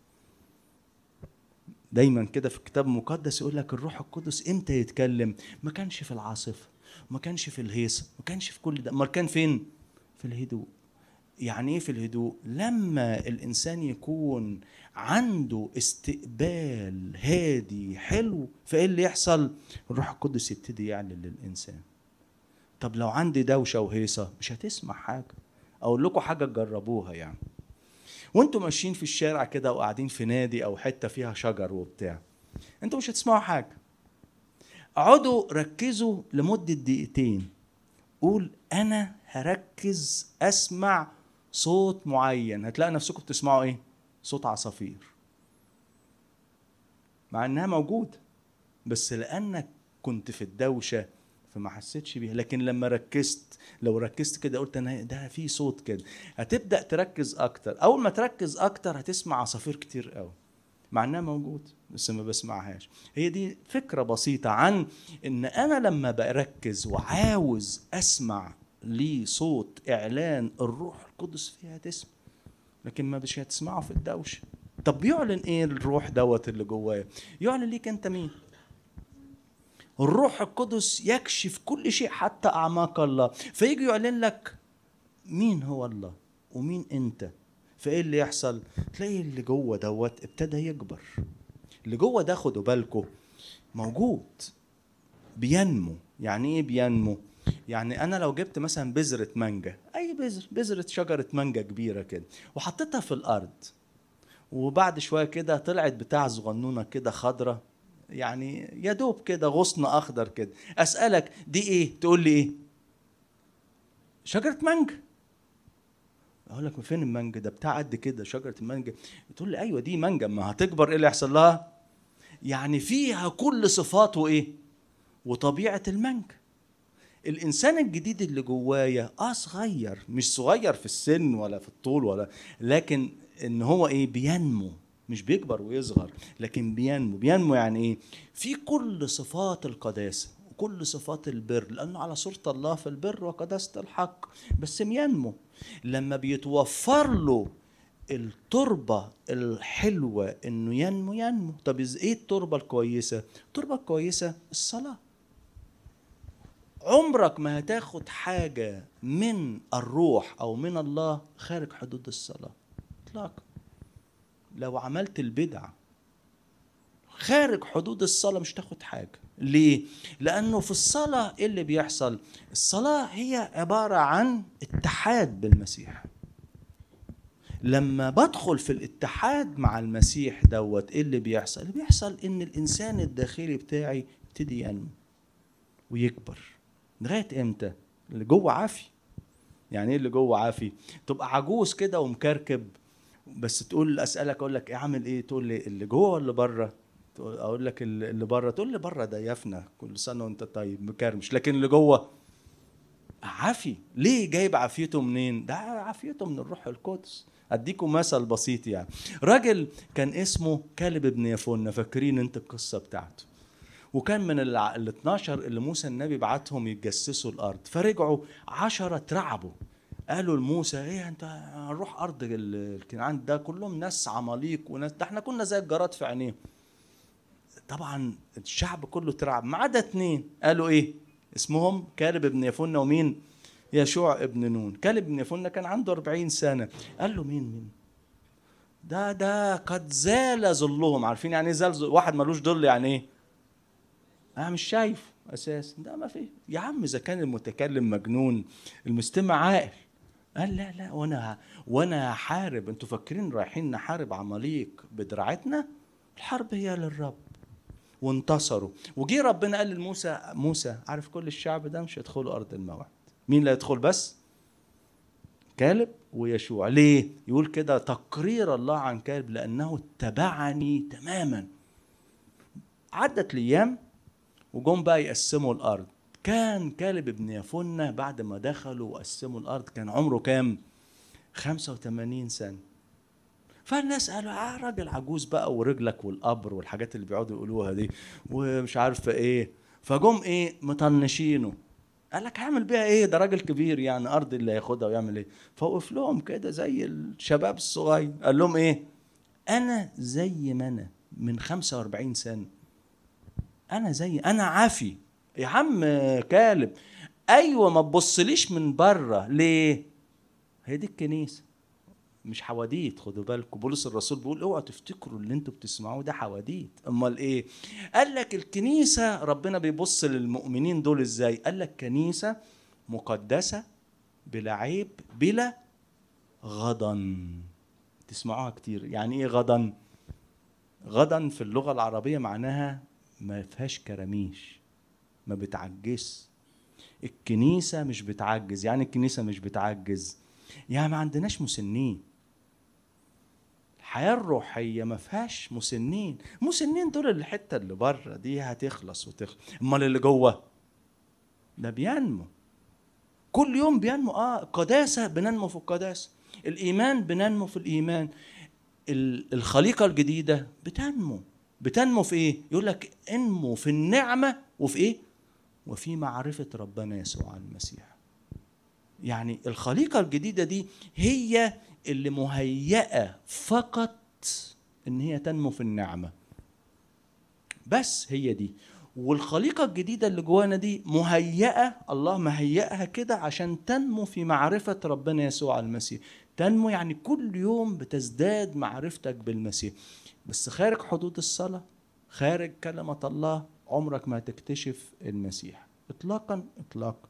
دايما كده في الكتاب المقدس يقول لك الروح القدس امتى يتكلم؟ ما كانش في العاصفه، ما كانش في الهيصه، ما كانش في كل ده، ما كان فين؟ في الهدوء. يعني ايه في الهدوء؟ لما الانسان يكون عنده استقبال هادي حلو، فايه اللي يحصل؟ الروح القدس يبتدي يعلن للانسان. طب لو عندي دوشه وهيصه مش هتسمع حاجه. اقول لكم حاجه تجربوها. يعني وانتوا ماشيين في الشارع كده وقاعدين في نادي او حته فيها شجر وبتاع، انتوا مش هتسمعوا حاجه. اقعدوا ركزوا لمده دقيقتين، قول انا هركز اسمع صوت معين، هتلاقي نفسكم بتسمعوا ايه؟ صوت عصافير، مع انها موجوده بس لانك كنت في الدوشه فما حسيتش بيها. لكن لما ركزت، لو ركزت كده قلت انا ده في صوت كده، هتبدا تركز اكتر. اول ما تركز اكتر هتسمع عصافير كتير قوي مع انها موجود بس ما بسمعهاش. هي دي فكره بسيطه عن ان انا لما بركز وعاوز اسمع لي صوت اعلان الروح القدس فيها تسمع، لكن ما بش هتسمعه في الدوشه. طب بيعلن ايه الروح دوت اللي جوايا؟ يعلن ليك انت مين. الروح القدس يكشف كل شيء حتى اعماق الله، فيجي يعلن لك مين هو الله ومين انت. فايه اللي يحصل؟ تلاقي اللي جوه دوت ابتدى يكبر. اللي جوه ده خدوا بالكم موجود بينمو. يعني ايه بينمو؟ يعني انا لو جبت مثلا بذرة مانجا، اي بذر بذرة شجرة مانجا كبيرة كده وحطيتها في الارض، وبعد شوية كده طلعت بتاع صغنونة كده خضرة، يعني يا دوب كده غصن اخضر كده، اسألك دي ايه؟ تقول لي ايه؟ شجرة مانجا. اقول لك فين المانجا؟ ده بتاع قد كده شجرة المانجا. تقول لي ايوه دي مانجا، ما هتكبر ايه اللي يحصل لها؟ يعني فيها كل صفات وايه وطبيعة المانجا. الانسان الجديد اللي جوايا اه صغير، مش صغير في السن ولا في الطول ولا، لكن ان هو ايه؟ بينمو، مش بيكبر ويصغر لكن بينمو. بينمو يعني ايه؟ في كل صفات القداسة وكل صفات البر، لانه على صورة الله في البر وقداسة الحق، بس بينمو. لما بيتوفر له التربة الحلوة انه ينمو ينمو. طب ايه التربة الكويسة؟ التربة الكويسة الصلاة. عمرك ما هتاخد حاجة من الروح او من الله خارج حدود الصلاة اطلاقا. لو عملت البدع خارج حدود الصلاة مش تاخد حاجة. ليه؟ لأنه في الصلاة إيه اللي بيحصل؟ الصلاة هي عبارة عن اتحاد بالمسيح. لما بدخل في الاتحاد مع المسيح دوت إيه اللي بيحصل؟ اللي بيحصل إن الإنسان الداخلي بتاعي يبتدي ينمو ويكبر لغايه امتى؟ اللي جوه عافي. يعني ايه اللي جوه عافي؟ تبقى عجوز كده ومكركب، بس تقول اسالك اقول لك ايه عامل ايه، تقول لي اللي جوه ولا بره؟ اقول لك اللي بره، تقول لي بره ده يفنى، كل سنه وانت طيب مكرمش، لكن اللي جوه عافي. ليه؟ جايب عافيته منين؟ ده عافيته من الروح القدس. اديكم مثل بسيط. يعني راجل كان اسمه كالب ابن يفونة، فاكرين انت القصه بتاعته؟ وكان من ال اتناشر اللي موسى النبي بعتهم يتجسسوا الارض، فرجعوا عشرة ترعبوا، قالوا لموسى ايه انت هنروح ارض الكنعان ده كلهم ناس عماليق وناس، ده احنا كنا زي الجراد في عينيهم. طبعا الشعب كله ترعب ما عدا اتنين، قالوا ايه اسمهم؟ كالب ابن يفونة ومين؟ يشوع ابن نون. كالب ابن يفونة كان عنده أربعين سنة. قال له مين مين ده؟ ده قد زال ظلهم. عارفين يعني ايه زال؟ واحد ملوش ظل يعني ايه؟ انا مش شايف اساسا. ده ما فيه يا عم، اذا كان المتكلم مجنون المستمع عاقل. قال لا لا، وانا وانا هحارب. انتوا فاكرين رايحين نحارب عماليق بدراعتنا؟ الحرب هي للرب. وانتصروا. وجي ربنا قال لموسى، موسى عارف كل الشعب ده مش هيدخلوا ارض الموعد. مين اللي هيدخل بس؟ كالب ويشوع. ليه؟ يقول كده تقرير الله عن كالب لانه اتبعني تماما. عدت الايام وجم بقى يقسموا الارض. كان كالب ابن يفونة بعد ما دخلوا وقسموا الارض كان عمره كام؟ خمسة وثمانين سنة. فالناس قالوا اه راجل عجوز بقى، ورجلك والقبر والحاجات اللي بيقعدوا يقولوها دي ومش عارفه ايه. فجم ايه مطنشينه. قال لك هعمل بيها ايه؟ ده راجل كبير يعني، ارض اللي هياخدها ويعمل ايه؟ فوقف لهم كده زي الشباب الصغير، قال لهم ايه؟ انا زي ما انا من خمسة وأربعين سنة، انا زي انا عافي. يا عم كالب ايوه، ما تبصليش من بره. ليه؟ هي دي الكنيسه مش حواديت. خدوا بالكم بولس الرسول بيقول اوعوا تفتكروا اللي انتوا بتسمعوه ده حواديت. امال ايه؟ قال لك الكنيسه ربنا بيبص للمؤمنين دول ازاي؟ قال لك كنيسه مقدسه بلا عيب بلا غضن. تسمعوها كتير. يعني ايه غضن؟ غضن في اللغه العربيه معناها ما فيهاش كراميش، ما بتعجز. الكنيسه مش بتعجز. يعني الكنيسه مش بتعجز يعني ما عندناش مسنين. الحياة الروحية ما فيهاش مسنين. مسنين دول الحتة اللي بره دي هتخلص وتخلص. امال اللي جوه ده بينمو كل يوم، بينمو. اه قداسة بننمو في القداسة، الإيمان بننمو في الإيمان، الخليقة الجديدة بتنمو. بتنمو في ايه؟ يقول لك انمو في النعمة وفي ايه؟ وفي معرفة ربنا يسوع المسيح. يعني الخليقة الجديدة دي هي اللي مهيئة فقط ان هي تنمو في النعمة بس، هي دي. والخليقة الجديدة اللي جوانا دي مهيئة، الله مهيئها كده عشان تنمو في معرفة ربنا يسوع المسيح. تنمو يعني كل يوم بتزداد معرفتك بالمسيح. بس خارج حدود الصلاة، خارج كلمة الله، عمرك ما تكتشف المسيح اطلاقا اطلاقا.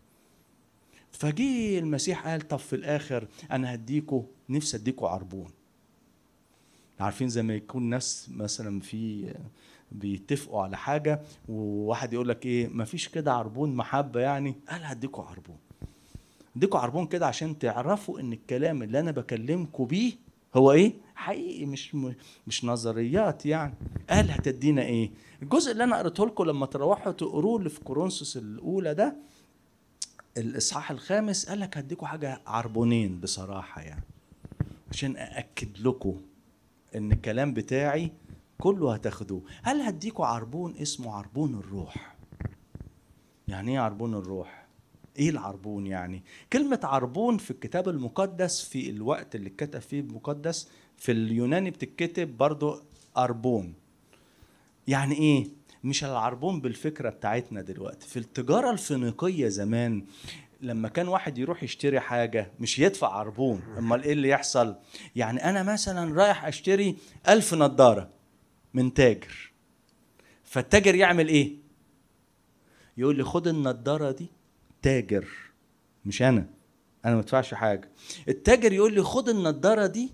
فجي المسيح قال طب في الاخر انا هديكوا، نفسي اديكوا عربون. عارفين زي ما يكون ناس مثلا في بيتفقوا على حاجة وواحد يقول لك ايه مفيش كده عربون محبة يعني، قال هديكوا عربون. اديكوا عربون كده عشان تعرفوا ان الكلام اللي انا بكلمكوا بيه هو ايه حقيقي، مش مش نظريات يعني. قال هتدينا ايه؟ الجزء اللي انا قريته لكم لما تروحوا تقروه اللي في كورنثوس الاولى ده الاصحاح الخامس، قال لك هديكوا حاجة عربونين بصراحة يعني عشان أأكد لكم إن الكلام بتاعي كله هتاخدوه. هل هديكوا عربون اسمه عربون الروح؟ يعني إيه عربون الروح؟ إيه العربون يعني؟ كلمة عربون في الكتاب المقدس في الوقت اللي اتكتب فيه المقدس في اليوناني بتتكتب برضو أربون. يعني إيه؟ مش العربون بالفكرة بتاعتنا دلوقتي. في التجارة الفينيقية زمان لما كان واحد يروح يشتري حاجة مش يدفع عربون. امال ايه اللي يحصل؟ يعني انا مثلا رايح اشتري الف نظارة من تاجر، فالتاجر يعمل ايه؟ يقول لي خد النظارة دي. تاجر مش انا انا ما ادفعش حاجة. التاجر يقول لي خد النظارة دي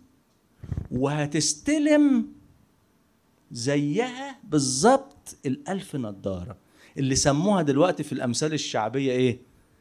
وهتستلم زيها بالظبط الالف نظارة اللي سموها دلوقتي في الامثال الشعبية ايه؟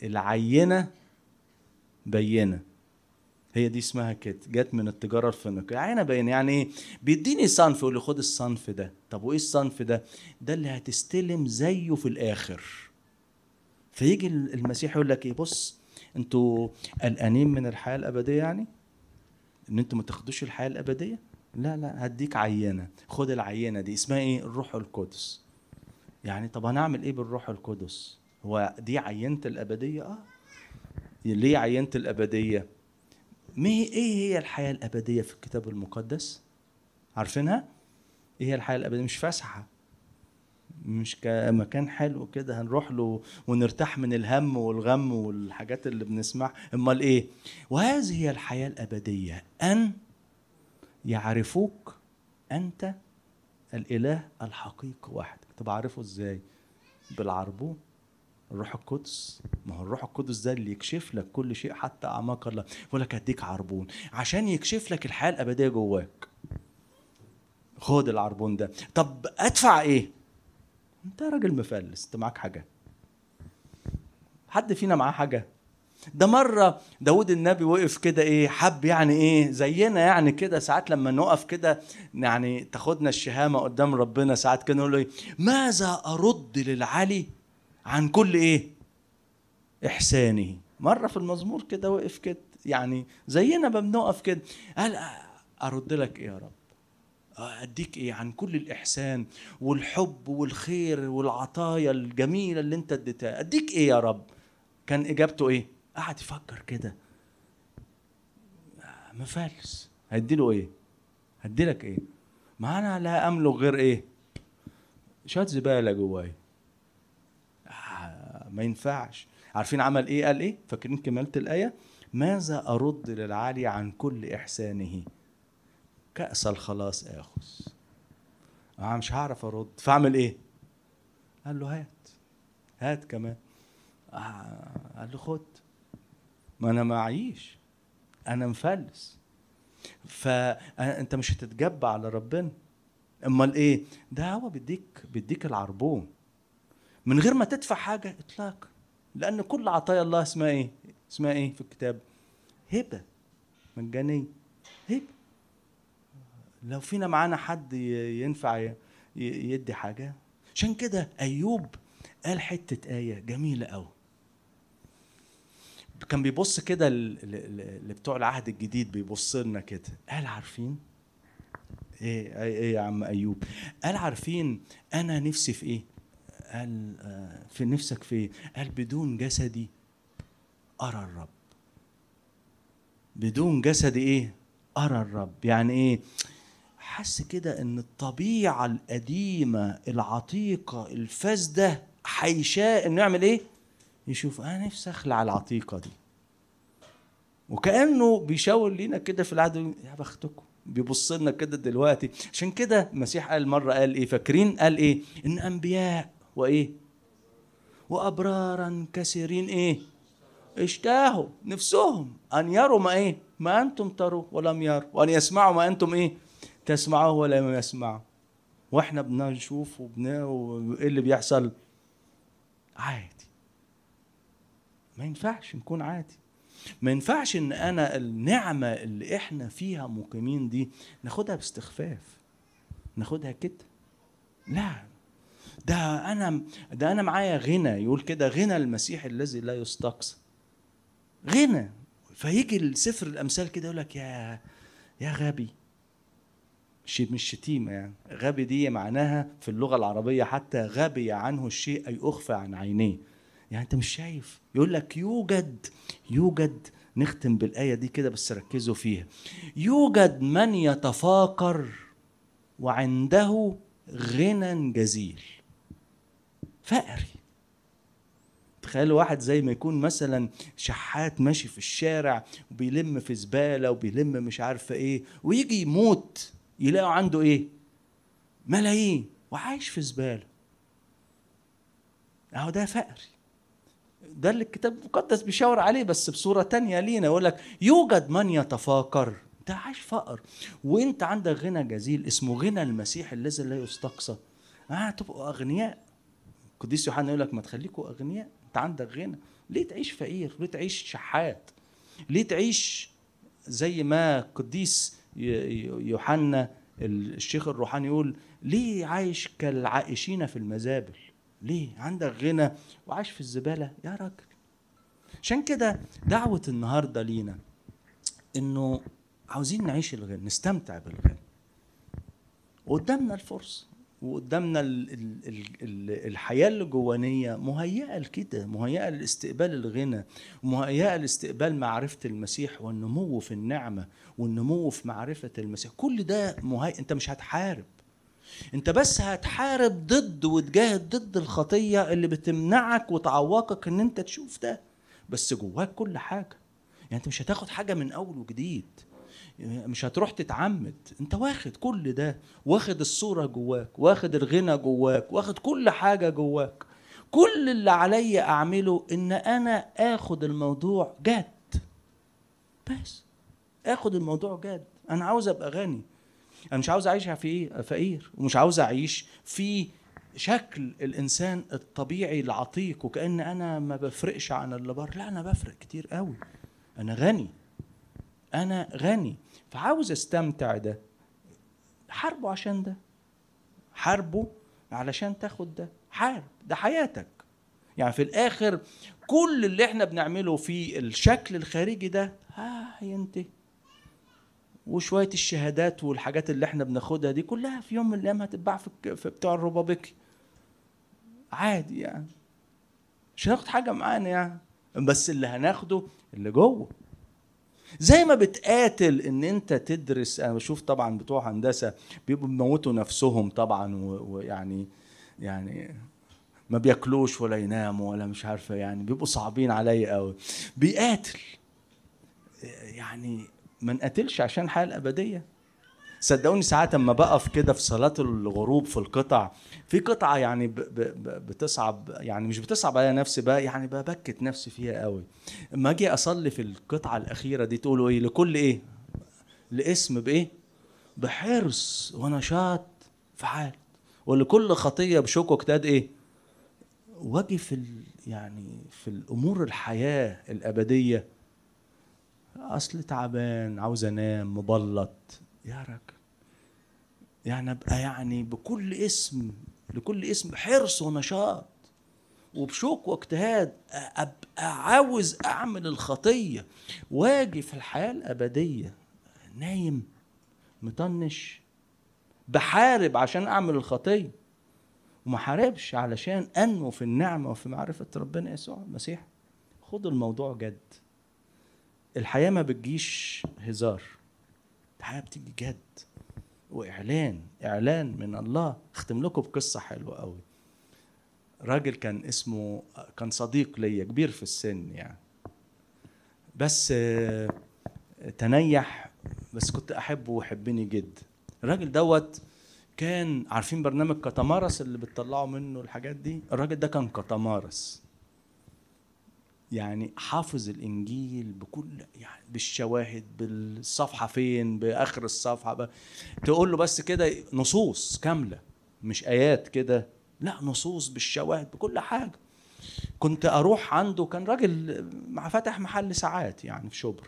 العينة بينة، هي دي اسمها كده، جت من التجارة الفينيقية. عينة بينة يعني ايه؟ بيديني صنف يقول لي خد الصنف ده. طب وايه الصنف ده؟ ده اللي هتستلم زيه في الاخر. فيجي المسيح يقول لك ايه؟ بص انتوا قلقانين من الحياة الابدية، يعني ان انتوا ما تاخدوش الحياة الابدية؟ لا لا، هديك عينة، خد العينة دي اسمها ايه؟ الروح القدس. يعني طب هنعمل ايه بالروح القدس؟ هو دي عينة الابدية؟ اه. ليه عينة الابدية؟ ما هي ايه هي الحياة الابدية في الكتاب المقدس؟ عارفينها؟ ايه هي الحياة الابدية؟ مش فسحة، مش كمكان حلو كده هنروح له ونرتاح من الهم والغم والحاجات اللي بنسمعها. امال ايه؟ وهذه هي الحياة الابدية، ان يعرفوك انت الاله الحقيقي وحدك. طب اعرفه ازاي؟ بالعربون، الروح القدس. ما هو الروح القدس ده اللي يكشف لك كل شيء حتى اعماق الله. يقول لك هديك عربون عشان يكشف لك الحياة الابدية جواك. خد العربون ده. طب ادفع ايه؟ انت راجل مفلس، انت معاك حاجة؟ حد فينا معاه حاجة؟ ده مرة داود النبي وقف كده ايه، حب يعني ايه زينا يعني كده، ساعات لما نقف كده يعني تاخدنا الشهامة قدام ربنا، ساعات كده نقول له ايه؟ ماذا ارد للعلي عن كل ايه احسانه. مرة في المزمور كده وقف كده يعني زينا بنقف كده، قال ارد لك ايه يا رب؟ اديك ايه عن كل الاحسان والحب والخير والعطايا الجميلة اللي انت اديتها؟ اديك ايه يا رب؟ كان اجابته ايه؟ قعد يفكر كده، مفلس، هديله ايه؟ هديلك ايه؟ ما انا لا املك غير ايه؟ شويه زباله جواي. آه ما ينفعش. عارفين عمل ايه؟ قال ايه؟ فاكرين كمالة الايه؟ ماذا ارد للعالي عن كل احسانه؟ كأس الخلاص اخذ. انا مش هعرف ارد، فاعمل ايه؟ قال له هات، هات كمان. آه قال له خد، ما انا معيش، انا مفلس. فانت مش هتتجبع على ربنا. امال ايه؟ ده هو بيديك بيديك العربون من غير ما تدفع حاجه اطلاقا. لان كل عطايا الله اسمها ايه؟ اسمها ايه في الكتاب؟ هبه مجانيه. هبه. لو فينا معانا حد ينفع يدي حاجه. عشان كده ايوب قال حته ايه جميله قوي. كان بيبص كده اللي بتوع العهد الجديد بيبص لنا كده، قال عارفين ايه ايه يا عم ايوب؟ قال عارفين انا نفسي في ايه؟ قال في نفسك في ايه؟ قال بدون جسدي ارى الرب. بدون جسدي ايه؟ ارى الرب. يعني ايه؟ حس كده ان الطبيعه القديمه العتيقه الفاسده حيشاء انه يعمل ايه؟ يشوف. انا نفسي اخلع العتيقه دي. وكانه بيشاور لينا كده في العهد، يا بختكم، بيبص لنا كده دلوقتي. عشان كده المسيح قال مره، قال ايه؟ فاكرين؟ قال ايه؟ ان انبياء وايه وابرارا كثيرين ايه اشتاهوا نفسهم ان يروا ما ايه ما انتم تروا ولم يروا، وان يسمعوا ما انتم ايه تسمعوه ولم يسمعوا. واحنا بنشوف وبنا وايه اللي بيحصل؟ عادي. ما ينفعش نكون عادي. ما ينفعش ان انا النعمة اللي احنا فيها مقيمين دي ناخدها باستخفاف، ناخدها كده. لا، ده انا ده انا معايا غنى. يقول كده غنى المسيح الذي لا يستقصى. غنى. فيجي السفر الامثال كده يقول لك يا يا غبي. شيء مش شتيمه يعني، غبي دي معناها في اللغه العربيه حتى غبي عنه الشيء اي اخفى عن عينيه. يعني انت مش شايف. يقول لك يوجد يوجد نختم بالايه دي كده بس ركزوا فيها. يوجد من يتفاقر وعنده غنى جزيل. فقري. تخيلوا واحد زي ما يكون مثلا شحات ماشي في الشارع وبيلم في زبالة وبيلم مش عارفة ايه، ويجي يموت يلاقوا عنده ايه؟ ملايين وعايش في زبالة. اهو ده فقري. ده اللي الكتاب المقدس بيشاور عليه بس بصورة تانية لينا. يقول لك يوجد من يتفاقر. انت عايش فقر وانت عندك غنى جزيل اسمه غنى المسيح الذي لا يستقصى. اه تبقوا اغنياء. القديس يوحنا يقول لك ما تخليكوا اغنياء، انت عندك غنى. ليه تعيش فقير؟ ليه تعيش شحات؟ ليه تعيش زي ما قديس يوحنا الشيخ الروحاني يقول ليه عايش كالعائشين في المزابل؟ ليه عندك غنى وعايش في الزبالة يا راجل؟ عشان كده دعوة النهاردة لينا انه عاوزين نعيش الغنى، نستمتع بالغنى، وقدامنا الفرصة، وقدامنا ال ال ال ال الحياة اللي جوانية مهيئة لكده، مهيئة لاستقبال الغنى، ومهيئة لاستقبال معرفة المسيح والنمو في النعمة والنمو في معرفة المسيح. كل ده مهيئ. انت مش هتحارب، انت بس هتحارب ضد وتجاهد ضد الخطية اللي بتمنعك وتعوقك ان انت تشوف ده، بس جواك كل حاجة. يعني انت مش هتاخد حاجة من اول وجديد، مش هتروح تتعمد، انت واخد كل ده، واخد الصورة جواك، واخد الغنى جواك، واخد كل حاجة جواك. كل اللي علي اعمله ان انا اخد الموضوع جد، بس اخد الموضوع جد. انا عاوز ابقى غني، انا مش عاوز اعيش في ايه فقير، ومش عاوز اعيش في شكل الانسان الطبيعي العتيق وكأن انا ما بفرقش عن اللي بره. لا، انا بفرق كتير قوي، انا غني، انا غني. فعاوز استمتع ده. حاربه عشان ده، حاربه علشان تاخد ده، حارب ده حياتك. يعني في الاخر كل اللي احنا بنعمله في الشكل الخارجي ده ها هينتهي، وشوية الشهادات والحاجات اللي احنا بناخدها دي كلها في يوم من الايام هتتباع في, في بتوع الربابيكي عادي. يعني مش هناخد حاجة معانا يعني، بس اللي هناخده اللي جوه. زي ما بتقاتل ان انت تدرس، انا بشوف طبعا بتوع هندسة بيبقوا بيموتوا نفسهم طبعا، ويعني يعني ما بياكلوش ولا يناموا ولا مش عارفة، يعني بيبقوا صعبين عليا قوي. بيقاتل، يعني ما نقاتلش عشان الحياة الأبدية. صدقوني ساعات اما بقف كده في صلاة الغروب في القطع، في قطعة يعني ب ب ب بتصعب، يعني مش بتصعب على نفسي بقى، يعني ببكت نفسي فيها قوي. اما اجي اصلي في القطعة الأخيرة دي تقولوا ايه؟ لكل ايه؟ لاسم بايه؟ بحرص ونشاط فعال، ولكل خطية بشوك واجتهاد ايه؟ واجي في ال يعني في الامور الحياة الأبدية اصل تعبان، عاوز انام، مبلط يا راجل. يعني ابقى يعني بكل اسم، لكل اسم حرص ونشاط وبشوق واجتهاد، ابقى عاوز اعمل الخطيه واجي في الحياه الابديه نايم مطنش، بحارب عشان اعمل الخطيه، وما حاربش علشان انمو في النعمه وفي معرفه ربنا يسوع المسيح. خد الموضوع جد. الحياه ما بتجيش هزار، الحياه بتيجي جد، واعلان اعلان من الله. اختم لكم بقصه حلوه قوي. راجل كان اسمه، كان صديق ليا كبير في السن يعني، بس تنيح، بس كنت احبه ويحبني جدا. الراجل دوت كان، عارفين برنامج كتمارس اللي بتطلعوا منه الحاجات دي؟ الراجل ده كان كتمارس، يعني حافظ الانجيل بكل، يعني بالشواهد، بالصفحه فين، باخر الصفحه بقى. تقول له بس كده نصوص كامله، مش ايات كده، لا نصوص بالشواهد بكل حاجه. كنت اروح عنده، كان راجل مع فتح محل ساعات يعني في شبرا،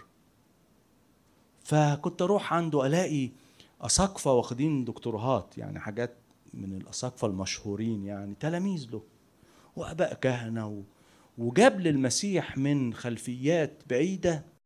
فكنت اروح عنده الاقي اساقفه واخدين دكتوراهات، يعني حاجات من الاساقفه المشهورين، يعني تلاميذ له واباء كهنه، وجاب للمسيح من خلفيات بعيده